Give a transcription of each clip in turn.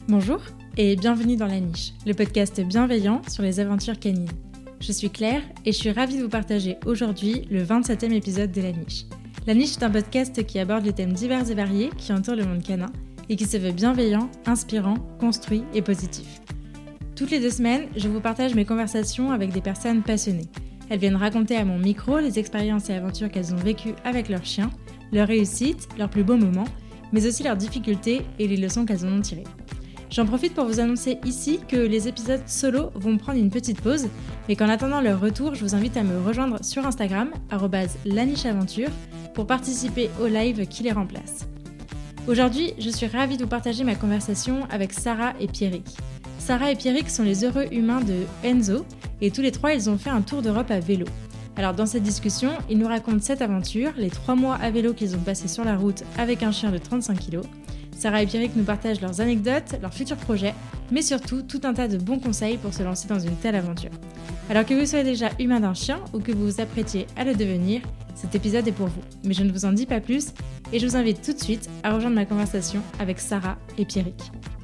Bonjour et bienvenue dans La Niche, le podcast bienveillant sur les aventures canines. Je suis Claire et je suis ravie de vous partager aujourd'hui le 27e épisode de La Niche. La Niche est un podcast qui aborde les thèmes divers et variés qui entourent le monde canin et qui se veut bienveillant, inspirant, construit et positif. Toutes les 2 semaines, je vous partage mes conversations avec des personnes passionnées. Elles viennent raconter à mon micro les expériences et aventures qu'elles ont vécues avec leurs chiens, leurs réussites, leurs plus beaux moments, mais aussi leurs difficultés et les leçons qu'elles en ont tirées. J'en profite pour vous annoncer ici que les épisodes solo vont prendre une petite pause, mais qu'en attendant leur retour, je vous invite à me rejoindre sur Instagram, @lanicheaventure, pour participer au live qui les remplace. Aujourd'hui, je suis ravie de vous partager ma conversation avec Sarah et Pierrick. Sarah et Pierrick sont les heureux humains de Enzo, et tous les trois, ils ont fait un tour d'Europe à vélo. Alors dans cette discussion, ils nous racontent cette aventure, les 3 mois à vélo qu'ils ont passés sur la route avec un chien de 35 kg. Sarah et Pierrick nous partagent leurs anecdotes, leurs futurs projets, mais surtout tout un tas de bons conseils pour se lancer dans une telle aventure. Alors que vous soyez déjà humain d'un chien ou que vous vous apprêtiez à le devenir, cet épisode est pour vous. Mais je ne vous en dis pas plus et je vous invite tout de suite à rejoindre ma conversation avec Sarah et Pierrick.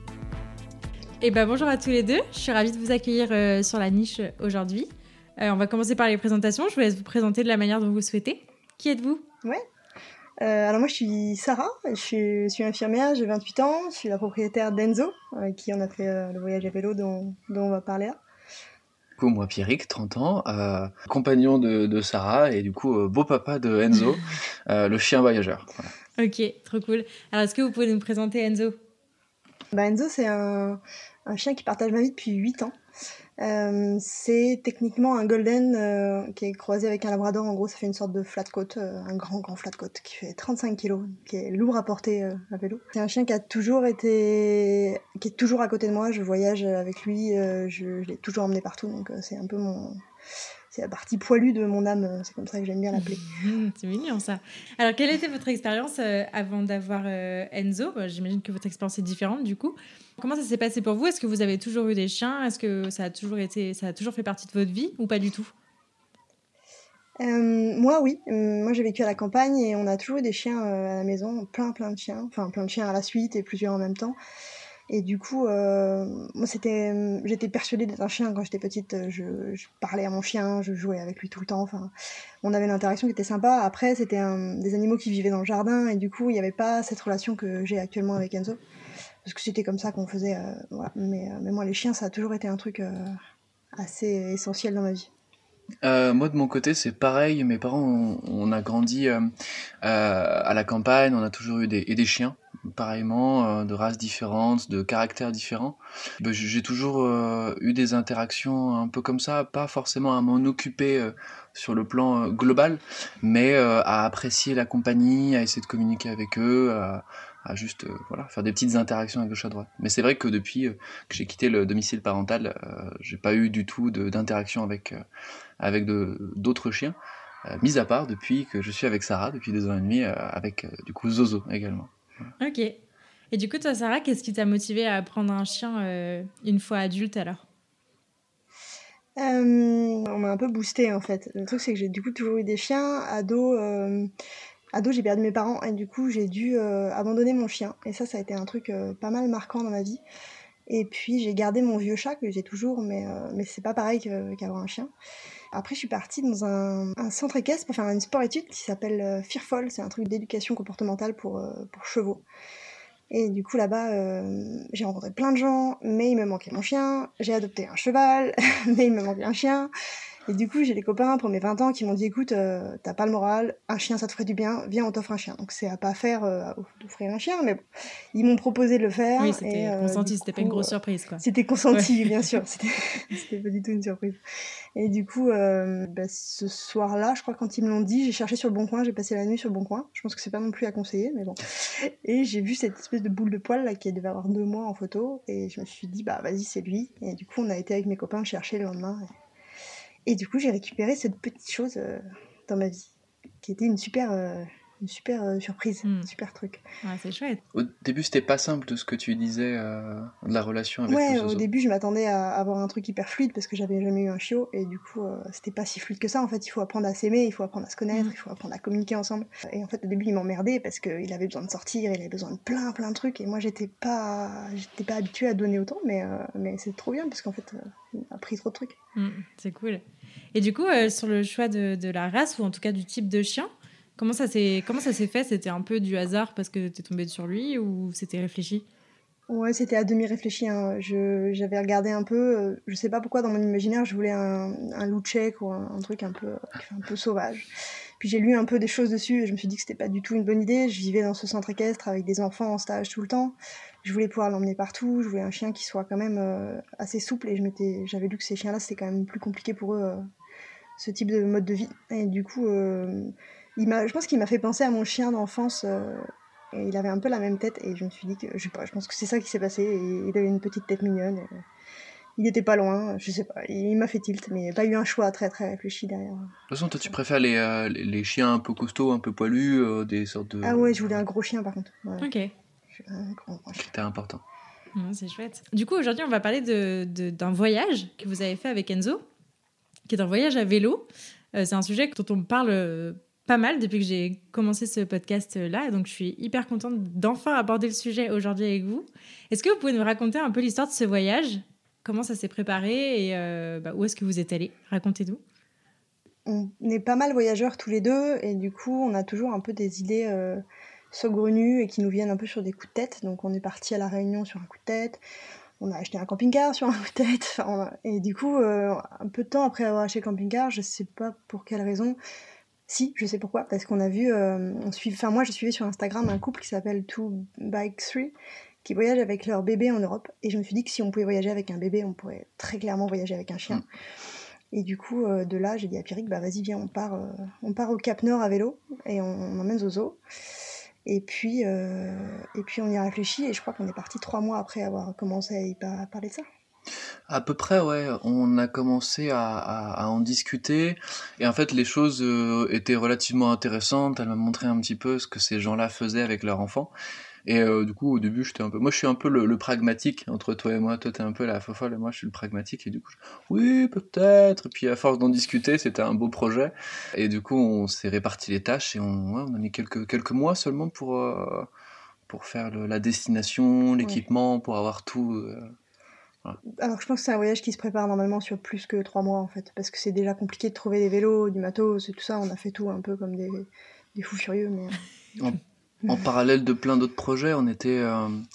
Et bonjour à tous les deux, je suis ravie de vous accueillir sur La Niche aujourd'hui. On va commencer par les présentations, je vous laisse vous présenter de la manière dont vous souhaitez. Qui êtes-vous ? Ouais. Alors moi je suis Sarah, je suis infirmière, j'ai 28 ans, je suis la propriétaire d'Enzo, avec qui on a fait le voyage à vélo dont on va parler là. Du coup, moi Pierrick, 30 ans, compagnon de Sarah et du coup beau papa de Enzo, le chien voyageur. Voilà. Ok, trop cool. Alors est-ce que vous pouvez nous présenter Enzo ? Enzo c'est un chien qui partage ma vie depuis 8 ans. C'est techniquement un golden qui est croisé avec un labrador. En gros ça fait une sorte de flat coat, un grand flat coat qui fait 35 kg, qui est lourd à porter à vélo. C'est un chien qui est toujours à côté de moi. Je voyage avec lui, je l'ai toujours emmené partout, donc c'est un peu c'est la partie poilue de mon âme, c'est comme ça que j'aime bien l'appeler. C'est mignon ça. Alors quelle était votre expérience avant d'avoir Enzo ? J'imagine que votre expérience est différente du coup. Comment ça s'est passé pour vous ? Est-ce que vous avez toujours eu des chiens ? Est-ce que ça a toujours fait partie de votre vie ou pas du tout ? Moi oui, moi j'ai vécu à la campagne et on a toujours eu des chiens à la maison, plein de chiens, enfin plein de chiens à la suite et plusieurs en même temps. Et du coup, moi j'étais persuadée d'être un chien quand j'étais petite. Je parlais à mon chien, je jouais avec lui tout le temps. Enfin, on avait une interaction qui était sympa. Après, c'était des animaux qui vivaient dans le jardin et du coup, il n'y avait pas cette relation que j'ai actuellement avec Enzo, parce que c'était comme ça qu'on faisait. Voilà. Mais moi, les chiens, ça a toujours été un truc assez essentiel dans ma vie. Moi de mon côté c'est pareil, mes parents on a grandi à la campagne, on a toujours eu des chiens, pareillement, de races différentes, de caractères différents. J'ai toujours eu des interactions un peu comme ça, pas forcément à m'en occuper sur le plan global, mais à apprécier la compagnie, à essayer de communiquer avec eux, à juste faire des petites interactions à gauche à droite. Mais c'est vrai que depuis que j'ai quitté le domicile parental, j'ai pas eu du tout d'interaction avec d'autres chiens, mis à part depuis que je suis avec Sarah depuis 2 ans et demi, avec du coup Zozo également. Ok. Et du coup toi Sarah, qu'est-ce qui t'a motivée à prendre un chien une fois adulte alors ? On m'a un peu boostée en fait. Le truc c'est que j'ai du coup toujours eu des chiens. Ado j'ai perdu mes parents et du coup j'ai dû abandonner mon chien. Et ça a été un truc pas mal marquant dans ma vie. Et puis j'ai gardé mon vieux chat que j'ai toujours, mais c'est pas pareil qu'avoir un chien. Après je suis partie dans un centre équestre pour faire une sport-étude qui s'appelle Fearful. C'est un truc d'éducation comportementale pour chevaux. Et du coup là-bas, j'ai rencontré plein de gens, mais il me manquait mon chien. J'ai adopté un cheval, mais il me manquait un chien. Et du coup, j'ai des copains pour mes 20 ans qui m'ont dit « Écoute, t'as pas le moral, un chien ça te ferait du bien, viens on t'offre un chien ». Donc c'est à pas faire d'offrir un chien, mais bon, ils m'ont proposé de le faire. Oui, c'était consenti, c'était pas une grosse surprise quoi. C'était consenti, ouais. Bien sûr, c'était pas du tout une surprise. Et du coup, ce soir-là, je crois quand ils me l'ont dit, j'ai cherché sur le Bon Coin, j'ai passé la nuit sur le Bon Coin. Je pense que c'est pas non plus à conseiller, mais bon. Et j'ai vu cette espèce de boule de poil là qui devait avoir 2 mois en photo, et je me suis dit vas-y c'est lui. Et du coup, on a été avec mes copains le chercher le lendemain. Et du coup, j'ai récupéré cette petite chose dans ma vie, qui était une super une super surprise, super truc. Ouais, c'est chouette. Au début, c'était pas simple de ce que tu disais de la relation avec le Ouais, zozo. au début, je m'attendais à avoir un truc hyper fluide parce que j'avais jamais eu un chiot et du coup, c'était pas si fluide que ça. En fait, il faut apprendre à s'aimer, il faut apprendre à se connaître, il faut apprendre à communiquer ensemble. Et en fait, au début, il m'emmerdait parce qu'il avait besoin de sortir, il avait besoin de plein de trucs et moi, j'étais pas habituée à donner autant, mais c'est trop bien parce qu'en fait, il a appris trop de trucs. C'est cool. Et du coup, sur le choix de la race ou en tout cas du type de chien, comment ça s'est fait? C'était un peu du hasard parce que t'es tombée sur lui ou c'était réfléchi? Ouais, c'était à demi réfléchi, hein. J'avais regardé un peu, je sais pas pourquoi dans mon imaginaire je voulais un loup tchèque ou un truc un peu sauvage. Puis j'ai lu un peu des choses dessus et je me suis dit que c'était pas du tout une bonne idée. Je vivais dans ce centre équestre avec des enfants en stage tout le temps. Je voulais pouvoir l'emmener partout, je voulais un chien qui soit quand même assez souple et j'avais lu que ces chiens-là c'était quand même plus compliqué pour eux, ce type de mode de vie. Et du coup, je pense qu'il m'a fait penser à mon chien d'enfance. Et il avait un peu la même tête et je me suis dit que, je sais pas, je pense que c'est ça qui s'est passé. Et il avait une petite tête mignonne. Il était pas loin, je sais pas. Il m'a fait tilt, mais il n'y a pas eu un choix très très réfléchi derrière. De toute façon, toi, tu préfères les chiens un peu costauds, un peu poilus, des sortes de... Ah ouais, je voulais un gros chien par contre. Ouais. Ok. Un grand chien. Critère important. C'est chouette. Du coup, aujourd'hui, on va parler d'un voyage que vous avez fait avec Enzo, qui est un voyage à vélo. C'est un sujet dont on me parle pas mal depuis que j'ai commencé ce podcast-là. Donc, je suis hyper contente d'enfin aborder le sujet aujourd'hui avec vous. Est-ce que vous pouvez nous raconter un peu l'histoire de ce voyage? Comment ça s'est préparé et où est-ce que vous êtes allés? Racontez-nous. On est pas mal voyageurs tous les deux et du coup, on a toujours un peu des idées saugrenues et qui nous viennent un peu sur des coups de tête. Donc, on est parti à La Réunion sur un coup de tête. On a acheté un camping-car sur un coup de tête. Et du coup, un peu de temps après avoir acheté le camping-car, je sais pas pour quelle raison. Si, je sais pourquoi, parce qu'on a vu, moi je suivais sur Instagram un couple qui s'appelle 2Bike3 qui voyage avec leur bébé en Europe, et je me suis dit que si on pouvait voyager avec un bébé, on pourrait très clairement voyager avec un chien. Et du coup, de là, j'ai dit à Pierrick, bah vas-y, viens, on part au Cap Nord à vélo, et on emmène Zozo. Et puis on y a réfléchi, et je crois qu'on est parti 3 mois après avoir commencé à parler de ça. À peu près, ouais. On a commencé à en discuter. Et en fait, les choses étaient relativement intéressantes. Elle m'a montré un petit peu ce que ces gens-là faisaient avec leurs enfants. Et du coup, au début, moi, je suis un peu le pragmatique entre toi et moi. Toi, t'es un peu la fofolle et moi, je suis le pragmatique. Et du coup, oui, peut-être. Et puis, à force d'en discuter, c'était un beau projet. Et du coup, on s'est réparti les tâches et on a mis quelques mois seulement pour faire la destination, l'équipement, pour avoir tout. Voilà. Alors je pense que c'est un voyage qui se prépare normalement sur plus que 3 mois en fait, parce que c'est déjà compliqué de trouver des vélos, du matos et tout ça. On a fait tout un peu comme des fous furieux, mais... En parallèle de plein d'autres projets, on était,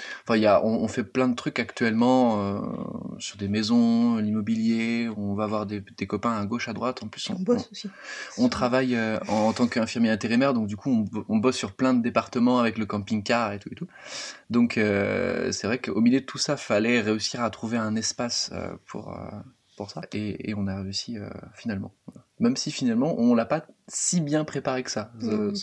on fait plein de trucs actuellement sur des maisons, l'immobilier. On va voir des copains à gauche, à droite. En plus, on bosse aussi. On travaille en tant qu'infirmier intérimaire, donc du coup, on bosse sur plein de départements avec le camping-car et tout. Donc, c'est vrai qu'au milieu de tout ça, fallait réussir à trouver un espace pour ça, et on a réussi finalement. Même si finalement, on l'a pas si bien préparé que ça.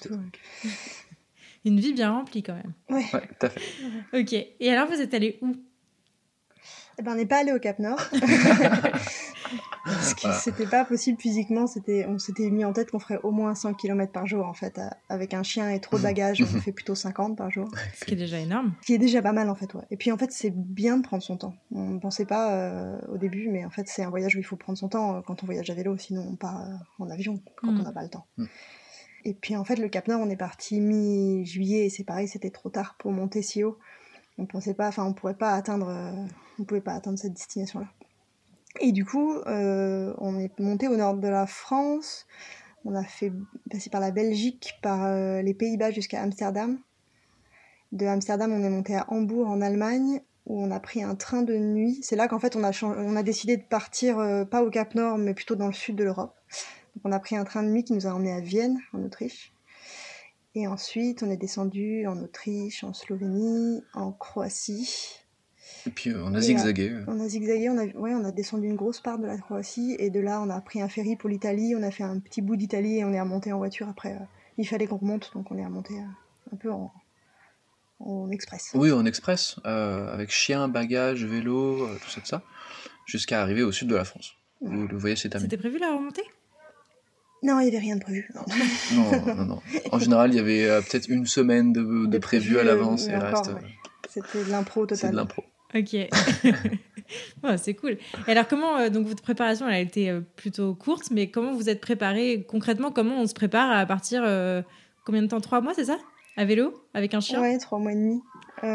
Une vie bien remplie quand même. Ouais, tout à fait. Ok. Et alors, vous êtes allés où? Eh ben, on n'est pas allé au Cap Nord. Parce que c'était pas possible physiquement. On s'était mis en tête qu'on ferait au moins 100 km par jour, en fait. Avec un chien et trop de bagages, on fait plutôt 50 par jour. Ce qui est déjà énorme. Ce qui est déjà pas mal, en fait, ouais. Et puis, en fait, c'est bien de prendre son temps. On ne pensait pas au début, mais en fait, c'est un voyage où il faut prendre son temps quand on voyage à vélo. Sinon, on part en avion quand on n'a pas le temps. Et puis en fait, le Cap Nord, on est parti mi-juillet et c'est pareil, c'était trop tard pour monter si haut. On pensait pas, on pouvait pas atteindre cette destination-là. Et du coup, on est monté au nord de la France. On a passé par la Belgique, par les Pays-Bas jusqu'à Amsterdam. De Amsterdam, on est monté à Hambourg en Allemagne, où on a pris un train de nuit. C'est là qu'en fait, on a décidé de partir pas au Cap Nord, mais plutôt dans le sud de l'Europe. Donc on a pris un train de nuit qui nous a emmenés à Vienne, en Autriche. Et ensuite, on est descendu en Autriche, en Slovénie, en Croatie. Et puis on a zigzagué. On a zigzagué, on a descendu une grosse part de la Croatie. Et de là, on a pris un ferry pour l'Italie. On a fait un petit bout d'Italie et on est remonté en voiture après. Il fallait qu'on remonte, donc on est remonté un peu en express. Oui, en express, avec chien, bagages, vélo, tout ça, jusqu'à arriver au sud de la France, où le voyage s'est terminé. C'était prévu la remontée ? Non, il n'y avait rien de prévu. Non. En général, il y avait peut-être une semaine de prévu à l'avance et le reste. Ouais. C'était de l'impro total. C'est de l'impro. Ok. Ouais, c'est cool. Et alors, comment donc votre préparation, elle a été plutôt courte, mais comment vous êtes préparés concrètement? Comment on se prépare à partir combien de temps? 3 mois, c'est ça? À vélo? Avec un chien? Ouais, 3 mois et demi.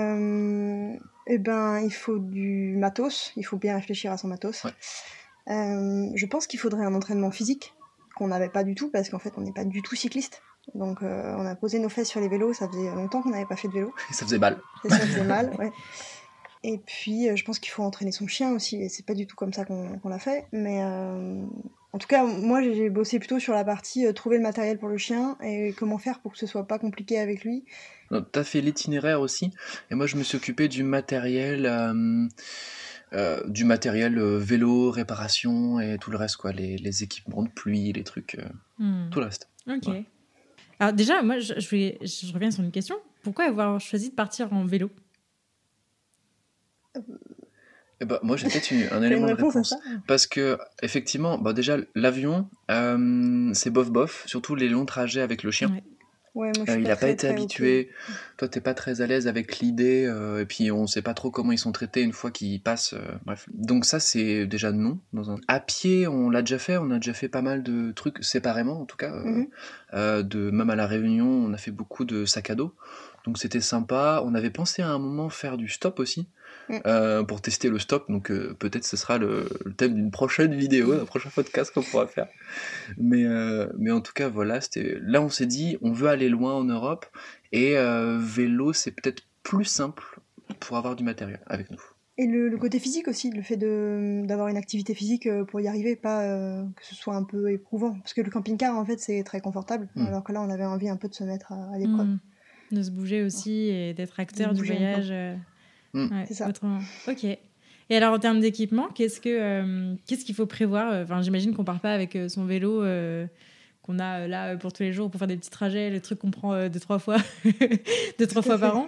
Il faut du matos. Il faut bien réfléchir à son matos. Ouais. Je pense qu'il faudrait un entraînement physique qu'on n'avait pas du tout parce qu'en fait, on n'est pas du tout cycliste. Donc, on a posé nos fesses sur les vélos. Ça faisait longtemps qu'on n'avait pas fait de vélo. Et ça faisait mal. Et ça faisait mal, ouais. Et puis, je pense qu'il faut entraîner son chien aussi. Et c'est pas du tout comme ça qu'on l'a fait. Mais en tout cas, moi, j'ai bossé plutôt sur la partie trouver le matériel pour le chien et comment faire pour que ce soit pas compliqué avec lui. Tu as fait l'itinéraire aussi. Et moi, je me suis occupé du matériel vélo, réparation et tout le reste, quoi. Les équipements de pluie, les trucs, tout le reste. Ok. Ouais. Alors déjà, moi, je reviens sur une question. Pourquoi avoir choisi de partir en vélo? Moi, j'ai peut-être un élément de réponse. Parce que, effectivement, déjà, l'avion, c'est bof, surtout les longs trajets avec le chien. Ouais, moi, il n'a pas été habitué. Okay. Toi, t'es pas très à l'aise avec l'idée. Et puis, on sait pas trop comment ils sont traités une fois qu'ils passent. Bref. Donc, ça, c'est déjà non. À pied, on l'a déjà fait. On a déjà fait pas mal de trucs séparément, en tout cas. Même à La Réunion, on a fait beaucoup de sacs à dos. Donc, c'était sympa. On avait pensé à un moment faire du stop aussi. Pour tester le stop, donc peut-être ce sera le thème d'une prochaine vidéo, d'un prochain podcast qu'on pourra faire. Mais en tout cas, voilà, là on s'est dit, on veut aller loin en Europe, et vélo, c'est peut-être plus simple pour avoir du matériel avec nous. Et le côté physique aussi, le fait d'avoir une activité physique pour y arriver, pas que ce soit un peu éprouvant. Parce que le camping-car, en fait, c'est très confortable, alors que là, on avait envie un peu de se mettre à l'épreuve. De se bouger aussi et d'être acteur du voyage. Ouais, c'est ça. Autrement. Ok. Et alors, en termes d'équipement, qu'est-ce qu'il faut prévoir? Enfin, j'imagine qu'on part pas avec son vélo qu'on a là pour tous les jours pour faire des petits trajets, les trucs qu'on prend 2-3 fois, 2-3 fois par an.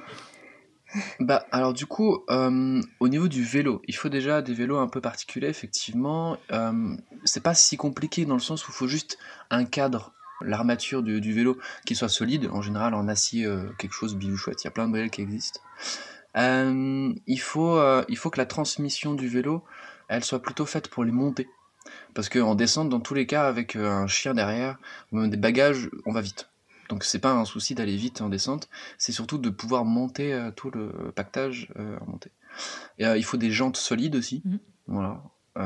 Alors du coup, au niveau du vélo, il faut déjà des vélos un peu particuliers, effectivement. C'est pas si compliqué dans le sens où il faut juste un cadre, l'armature du vélo qui soit solide, en général en acier, quelque chose bijou chouette. Il y a plein de modèles qui existent. Il faut que la transmission du vélo, elle soit plutôt faite pour les monter. Parce qu'en descente, dans tous les cas, avec un chien derrière, ou même des bagages, on va vite. Donc c'est pas un souci d'aller vite en descente, c'est surtout de pouvoir monter tout le pactage en montée. Et il faut des jantes solides aussi. Voilà.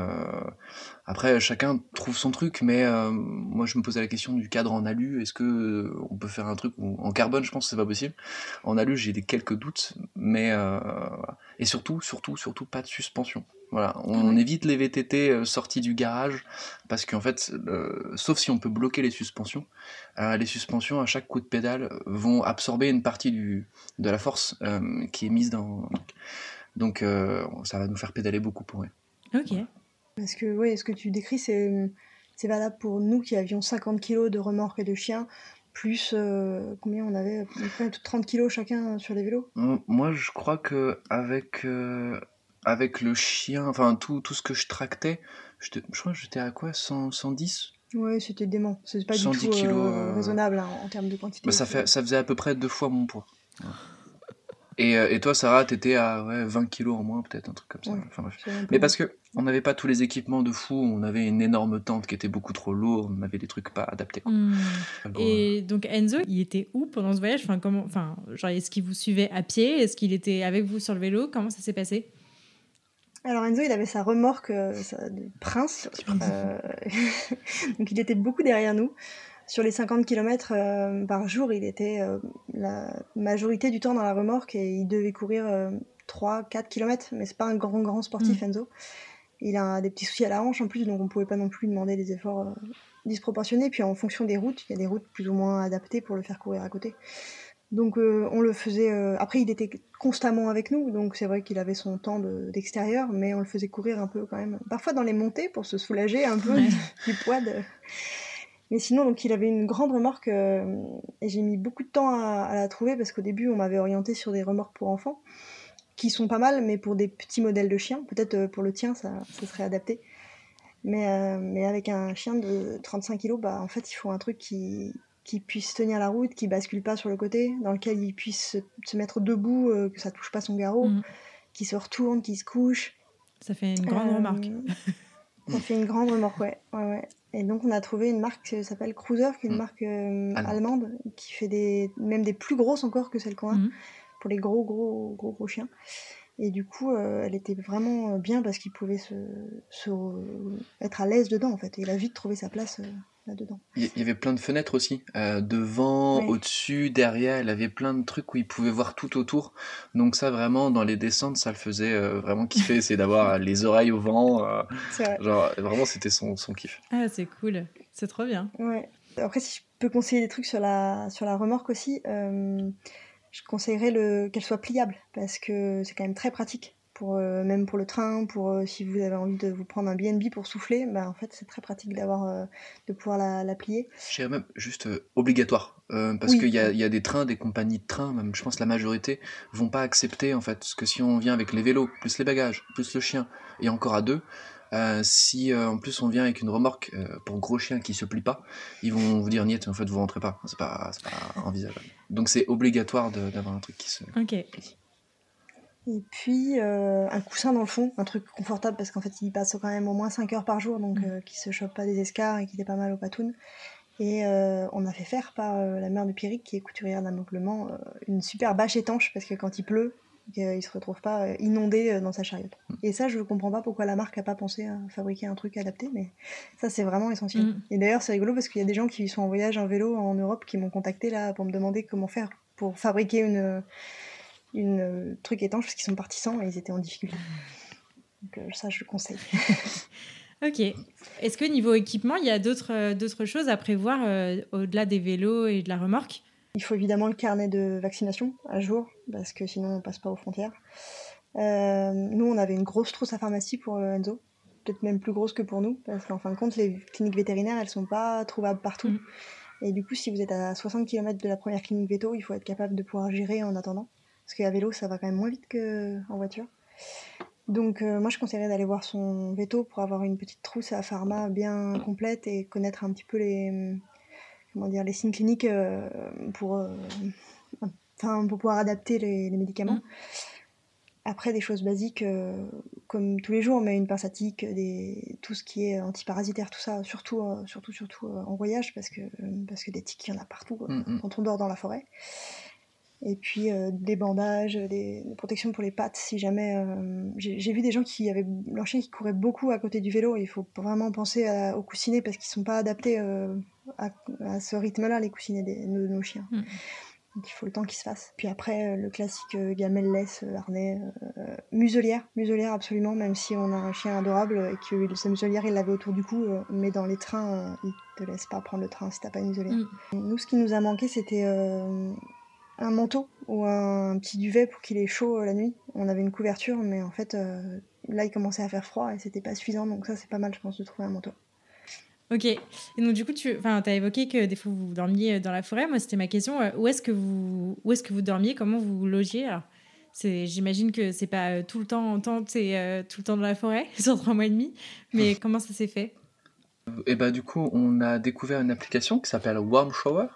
Après, chacun trouve son truc, mais moi je me posais la question du cadre en alu. Est-ce que on peut faire un truc en carbone? Je pense que c'est pas possible. En alu, j'ai quelques doutes, mais voilà. Et surtout pas de suspension. Voilà, on évite les VTT sortis du garage parce qu'en fait, sauf si on peut bloquer les suspensions à chaque coup de pédale vont absorber une partie de la force qui est mise dans. Donc ça va nous faire pédaler beaucoup pour eux. Ok. Parce que ce que tu décris, c'est valable pour nous qui avions 50 kilos de remorque et de chien, plus combien on avait, à peu près 30 kilos chacun sur les vélos. Moi, je crois que avec le chien, enfin tout ce que je tractais, je crois que j'étais à quoi, 110. Ouais, c'était dément. C'est pas du tout raisonnable en termes de quantité. Ça faisait à peu près 2 fois mon poids. Ouais. Et toi, Sarah, t'étais à 20 kilos en moins, peut-être, un truc comme ça. Ouais, enfin, bref. Mais parce qu'on n'avait pas tous les équipements de fou, on avait une énorme tente qui était beaucoup trop lourde, on avait des trucs pas adaptés. Et donc Enzo, il était où pendant ce voyage? Genre, est-ce qu'il vous suivait à pied? Est-ce qu'il était avec vous sur le vélo? Comment ça s'est passé? Alors Enzo, il avait sa remorque de Prince, donc il était beaucoup derrière nous. Sur les 50 km par jour, il était la majorité du temps dans la remorque et il devait courir 3-4 km, mais c'est pas un grand sportif, Enzo. Il a des petits soucis à la hanche en plus, donc on pouvait pas non plus demander des efforts disproportionnés. Puis en fonction des routes, il y a des routes plus ou moins adaptées pour le faire courir à côté. Donc on le faisait... Après, il était constamment avec nous, donc c'est vrai qu'il avait son temps d'extérieur, mais on le faisait courir un peu quand même. Parfois dans les montées, pour se soulager un peu du poids de... Mais sinon, donc, il avait une grande remorque et j'ai mis beaucoup de temps à la trouver parce qu'au début, on m'avait orienté sur des remorques pour enfants qui sont pas mal, mais pour des petits modèles de chiens. Peut-être pour le tien, ça serait adapté. Mais avec un chien de 35 kilos, bah, en fait, il faut un truc qui puisse tenir la route, qui bascule pas sur le côté, dans lequel il puisse se mettre debout, que ça touche pas son garrot, qui se retourne, qui se couche. Ça fait une grande remorque. Ça fait une grande remorque, ouais. Et donc, on a trouvé une marque qui s'appelle Cruiser, qui est une marque allemande, qui fait même des plus grosses encore que celles qu'on a, pour les gros chiens. Et du coup, elle était vraiment bien parce qu'il pouvait être à l'aise dedans, en fait. Et il a vite trouvé sa place là-dedans. Il y avait plein de fenêtres aussi, devant, au-dessus, derrière, il avait plein de trucs où il pouvait voir tout autour. Donc ça, vraiment, dans les descentes, ça le faisait vraiment kiffer, c'est d'avoir les oreilles au vent. C'est vrai. Genre, vraiment, c'était son kiff. Ah, c'est cool, c'est trop bien. Ouais. Après, si je peux conseiller des trucs sur la remorque aussi, je conseillerais qu'elle soit pliable, parce que c'est quand même très pratique. Même pour le train, si vous avez envie de vous prendre un B&B pour souffler, bah, en fait c'est très pratique de pouvoir la plier. Je dirais même juste obligatoire, parce qu'il y a des trains, des compagnies de trains, même je pense la majorité vont pas accepter en fait, parce que si on vient avec les vélos, plus les bagages, plus le chien, et encore à deux, si en plus on vient avec une remorque pour gros chien qui se plie pas, ils vont vous dire niet, en fait vous rentrez pas, c'est pas envisageable. Donc c'est obligatoire d'avoir un truc qui se plie. Et puis un coussin dans le fond, un truc confortable parce qu'en fait il passe quand même au moins 5 heures par jour, donc qu'il se chope pas des escarres et qu'il ait pas mal aux patounes. Et on a fait faire par la mère de Pierrick, qui est couturière d'ameublement, une super bâche étanche, parce que quand il pleut, il se retrouve pas inondé dans sa chariote. Et ça, je comprends pas pourquoi la marque a pas pensé à fabriquer un truc adapté, mais ça c'est vraiment essentiel. Et d'ailleurs c'est rigolo parce qu'il y a des gens qui sont en voyage en vélo en Europe qui m'ont contacté là pour me demander comment faire pour fabriquer une truc étanche, parce qu'ils sont partis sans et ils étaient en difficulté. Donc ça je le conseille. Ok. Est-ce que niveau équipement, il y a d'autres choses à prévoir au-delà des vélos et de la remorque ? Il faut évidemment le carnet de vaccination à jour, parce que sinon on passe pas aux frontières. Nous, on avait une grosse trousse à pharmacie pour Enzo, peut-être même plus grosse que pour nous, parce qu'en fin de compte, les cliniques vétérinaires, elles sont pas trouvables partout. Et du coup, si vous êtes à 60 km de la première clinique véto, il faut être capable de pouvoir gérer en attendant, parce qu'à vélo, ça va quand même moins vite qu'en voiture. Donc moi, je conseillerais d'aller voir son véto pour avoir une petite trousse à pharma bien complète et connaître un petit peu les signes cliniques pour pouvoir adapter les médicaments. Après, des choses basiques comme tous les jours, mais une pince à tique, tout ce qui est antiparasitaire, tout ça, surtout en voyage, parce que des tiques, il y en a partout quand on dort dans la forêt. Et puis des bandages, des protections pour les pattes, si jamais... J'ai vu des gens qui avaient leur chien qui courait beaucoup à côté du vélo, et il faut vraiment penser aux coussinets, parce qu'ils ne sont pas adaptés à ce rythme-là, les coussinets de nos chiens. Donc il faut le temps qu'il se fasse. Puis après, le classique gamelle, laisse, harnais, muselière absolument, même si on a un chien adorable et que sa muselière, il l'avait autour du cou, mais dans les trains, ils te laissent pas prendre le train si t'as pas une muselière. Nous, ce qui nous a manqué, c'était un manteau ou un petit duvet pour qu'il ait chaud la nuit. On avait une couverture, mais en fait, là, il commençait à faire froid et c'était pas suffisant, donc ça, c'est pas mal, je pense, de trouver un manteau. Ok. Et donc, du coup, tu as évoqué que des fois, vous dormiez dans la forêt. Moi, c'était ma question. Où est-ce que vous dormiez ? Comment vous logiez ? Alors, j'imagine que c'est pas tout le temps en tente et tout le temps dans la forêt, sur 3 mois et demi. Mais comment ça s'est fait ? Et bah, du coup, on a découvert une application qui s'appelle Warm Shower,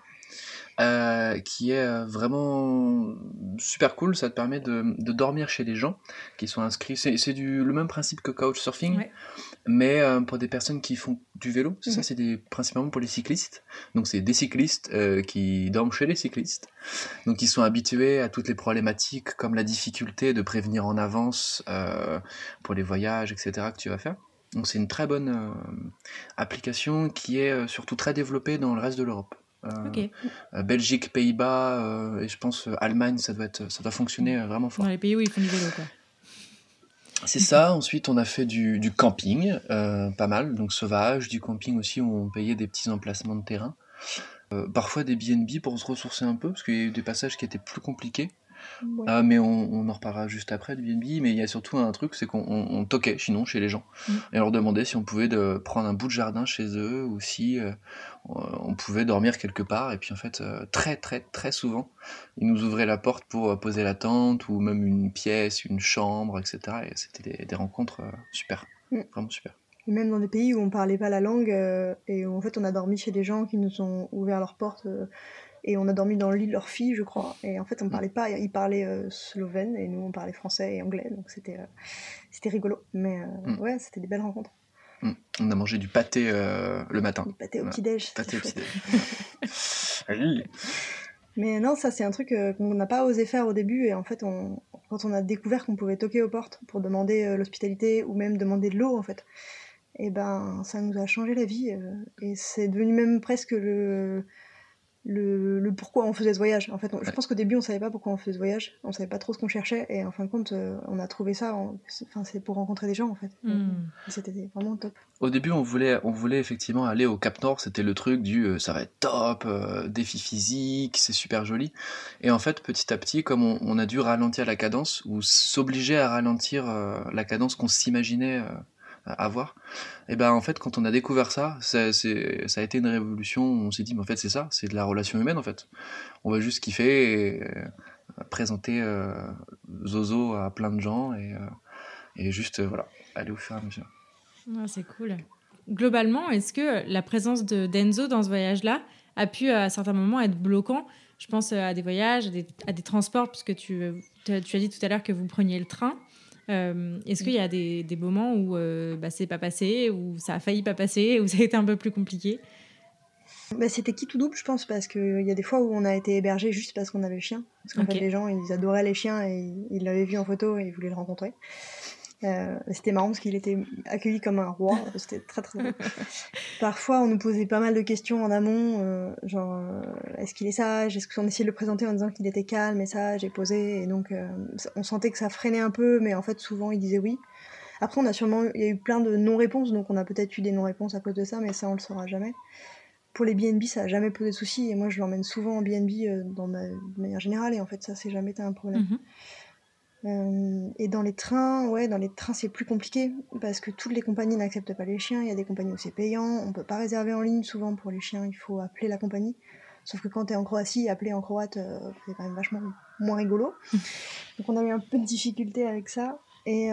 qui est vraiment super cool. Ça te permet de dormir chez les gens qui sont inscrits. C'est le même principe que Couchsurfing, mais pour des personnes qui font du vélo. C'est ça, c'est principalement pour les cyclistes. Donc c'est des cyclistes qui dorment chez les cyclistes. Donc ils sont habitués à toutes les problématiques, comme la difficulté de prévenir en avance pour les voyages, etc. que tu vas faire. Donc c'est une très bonne application qui est surtout très développée dans le reste de l'Europe. Belgique, Pays-Bas et je pense Allemagne, ça doit fonctionner vraiment fort. Dans les pays où ils font du vélo, quoi. C'est ça. Ensuite, on a fait du camping, pas mal, donc sauvage, du camping aussi où on payait des petits emplacements de terrain. Parfois des B&B pour se ressourcer un peu, parce qu'il y a eu des passages qui étaient plus compliqués. Mais on en reparlera juste après du B&B, mais il y a surtout un truc, c'est qu'on toquait sinon chez les gens et on leur demandait si on pouvait prendre un bout de jardin chez eux ou si on pouvait dormir quelque part, et puis en fait très très très souvent ils nous ouvraient la porte pour poser la tente ou même une pièce, une chambre, etc. Et c'était des rencontres super, vraiment super. Et même dans des pays où on parlait pas la langue, et où en fait on a dormi chez des gens qui nous ont ouvert leurs portes, et on a dormi dans le lit de leur fille, je crois. Et en fait on parlait pas, ils parlaient slovène et nous on parlait français et anglais, donc c'était rigolo. Mais ouais, c'était des belles rencontres. On a mangé du pâté le matin. Du pâté au petit-déj, Pâté au c'était petit-déj. Mais non, ça c'est un truc qu'on n'a pas osé faire au début, et en fait quand on a découvert qu'on pouvait toquer aux portes pour demander l'hospitalité ou même demander de l'eau en fait, et ben ça nous a changé la vie, et c'est devenu même presque le pourquoi on faisait ce voyage. En fait, je pense qu'au début on savait pas pourquoi on faisait ce voyage, on savait pas trop ce qu'on cherchait, et en fin de compte on a trouvé ça, c'est pour rencontrer des gens en fait. C'était vraiment top. Au début, on voulait effectivement aller au Cap Nord, c'était le truc du ça va être top, défi physique, c'est super joli. Et en fait, petit à petit, comme on a dû ralentir la cadence, ou s'obliger à ralentir la cadence qu'on s'imaginait avoir, et ben en fait, quand on a découvert ça a été une révolution. On s'est dit, mais en fait, c'est ça, c'est de la relation humaine en fait. On va juste kiffer et présenter Zozo à plein de gens et juste, voilà, aller au fur et à mesure. Ah, c'est cool. Globalement, est-ce que la présence d'Enzo dans ce voyage-là a pu à certains moments être bloquant ? Je pense à des voyages, à des transports, puisque tu as dit tout à l'heure que vous preniez le train. Est-ce qu'il y a des moments où c'est pas passé, où ça a failli pas passer, où ça a été un peu plus compliqué ? C'était qui tout double, je pense, parce qu'il y a des fois où on a été hébergé juste parce qu'on avait le chien. Parce qu'en fait, les gens, ils adoraient les chiens et ils l'avaient vu en photo et ils voulaient le rencontrer. C'était marrant parce qu'il était accueilli comme un roi. C'était très très drôle. Parfois, on nous posait pas mal de questions en amont, genre est-ce qu'il est sage ? Est-ce qu'on essayait de le présenter en disant qu'il était calme et sage et posé ? Et donc, on sentait que ça freinait un peu, mais en fait, souvent, il disait oui. Après, il y a eu plein de non-réponses, donc on a peut-être eu des non-réponses à cause de ça, mais ça, on le saura jamais. Pour les BNB, ça n'a jamais posé de soucis, et moi, je l'emmène souvent en BNB de manière générale, et en fait, ça, c'est jamais été un problème. Et dans les trains, c'est plus compliqué parce que toutes les compagnies n'acceptent pas les chiens. Il y a des compagnies où c'est payant, on peut pas réserver en ligne souvent pour les chiens, il faut appeler la compagnie. Sauf que quand t'es en Croatie, appeler en croate, c'est quand même vachement moins rigolo. Donc on a eu un peu de difficulté avec ça. Et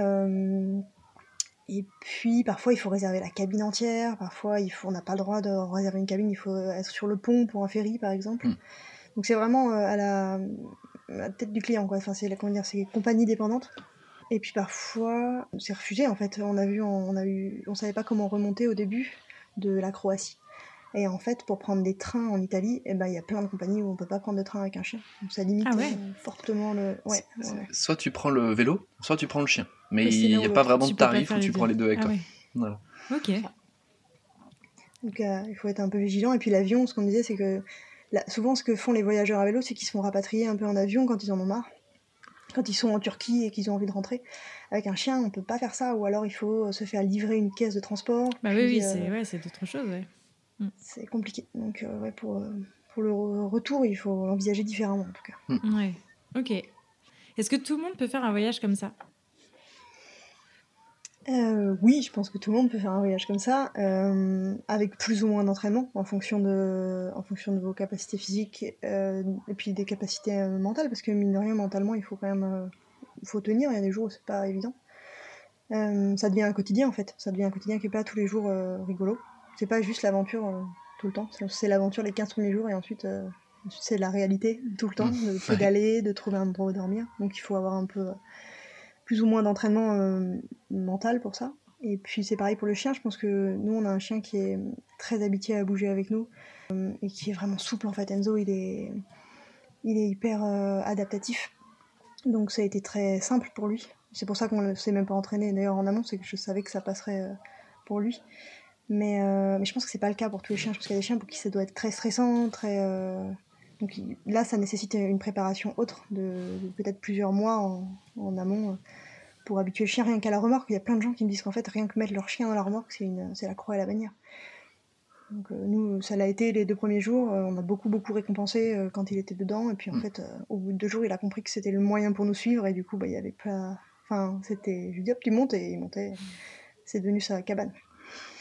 puis parfois il faut réserver la cabine entière, parfois on n'a pas le droit de réserver une cabine, il faut être sur le pont pour un ferry par exemple. Donc c'est vraiment à la tête du client, quoi. Enfin, c'est compagnie dépendante. Et puis parfois, c'est refusé en fait. On savait pas comment remonter au début de la Croatie. Et en fait, pour prendre des trains en Italie, il y a plein de compagnies où on peut pas prendre de train avec un chien. Donc ça limite fortement le. Ouais. Soit tu prends le vélo, soit tu prends le chien. Mais il n'y a pas vraiment de tarif où tu prends les deux avec toi. Ouais. Voilà. Ok. Donc il faut être un peu vigilant. Et puis l'avion, ce qu'on disait, c'est que souvent, ce que font les voyageurs à vélo, c'est qu'ils se font rapatrier un peu en avion quand ils en ont marre. Quand ils sont en Turquie et qu'ils ont envie de rentrer. Avec un chien, on peut pas faire ça, ou alors il faut se faire livrer une caisse de transport. Oui, c'est d'autres choses, ouais. C'est compliqué. Donc, pour le retour, il faut l'envisager différemment, en tout cas. Ouais, ok. Est-ce que tout le monde peut faire un voyage comme ça ? Oui, je pense que tout le monde peut faire un voyage comme ça, avec plus ou moins d'entraînement en fonction de vos capacités physiques et puis des capacités mentales, parce que mine de rien, mentalement, il faut quand même faut tenir. Il y a des jours où c'est pas évident. Ça devient un quotidien en fait. Ça devient un quotidien qui est pas tous les jours rigolo. C'est pas juste l'aventure tout le temps. C'est l'aventure les 15 premiers jours et ensuite c'est la réalité tout le temps, de pédaler, de trouver un endroit où dormir. Donc il faut avoir un peu plus ou moins d'entraînement mental pour ça. Et puis c'est pareil pour le chien. Je pense que nous on a un chien qui est très habitué à bouger avec nous et qui est vraiment souple en fait. Enzo il est hyper adaptatif. Donc ça a été très simple pour lui. C'est pour ça qu'on ne s'est même pas entraîné d'ailleurs en amont, c'est que je savais que ça passerait pour lui. Mais je pense que c'est pas le cas pour tous les chiens. Je pense qu'il y a des chiens pour qui ça doit être très stressant, très. Donc là, ça nécessite une préparation autre de peut-être plusieurs mois en amont pour habituer le chien rien qu'à la remorque. Il y a plein de gens qui me disent qu'en fait, rien que mettre leur chien dans la remorque, c'est la croix et la bannière. Donc nous, ça l'a été les 2 premiers jours. On a beaucoup récompensé quand il était dedans. Et puis en fait, au bout de 2 jours, il a compris que c'était le moyen pour nous suivre. Et du coup, il y avait pas. Enfin, c'était. Je lui dis hop, tu montes, et il montait. C'est devenu sa cabane.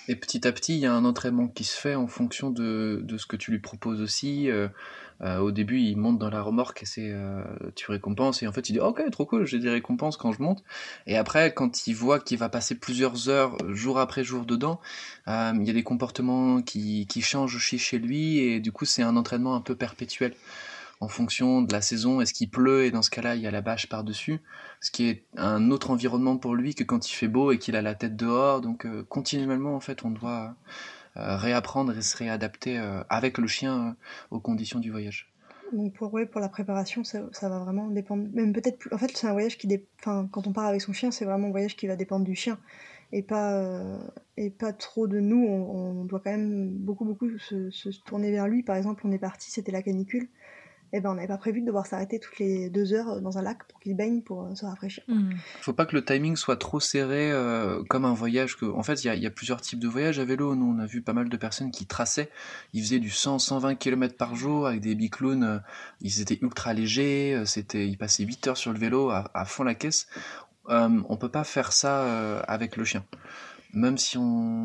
Et petit à petit, il y a un entraînement qui se fait en fonction de ce que tu lui proposes aussi. Au début, il monte dans la remorque et tu récompenses. Et en fait, il dit ok, trop cool, j'ai des récompenses quand je monte. Et après, quand il voit qu'il va passer plusieurs heures, jour après jour dedans, il y a des comportements qui changent aussi chez lui. Et du coup, c'est un entraînement un peu perpétuel en fonction de la saison. Est-ce qu'il pleut et dans ce cas-là, il y a la bâche par-dessus, ce qui est un autre environnement pour lui que quand il fait beau et qu'il a la tête dehors. Donc continuellement, en fait, on doit réapprendre et se réadapter avec le chien aux conditions du voyage. Donc pour la préparation, ça va vraiment dépendre. Même peut-être plus. En fait, c'est un voyage enfin, quand on part avec son chien, c'est vraiment un voyage qui va dépendre du chien et pas trop de nous. On doit quand même beaucoup se tourner vers lui. Par exemple, on est parti, c'était la canicule. Et ben, on n'avait pas prévu de devoir s'arrêter toutes les 2 heures dans un lac pour qu'il baigne pour se rafraîchir. Faut pas que le timing soit trop serré comme un voyage. En fait, il y a plusieurs types de voyages à vélo. Nous, on a vu pas mal de personnes qui traçaient. Ils faisaient du 100-120 km par jour avec des biclowns. Ils étaient ultra légers. Ils passaient 8 heures sur le vélo à fond la caisse. On peut pas faire ça avec le chien. Même si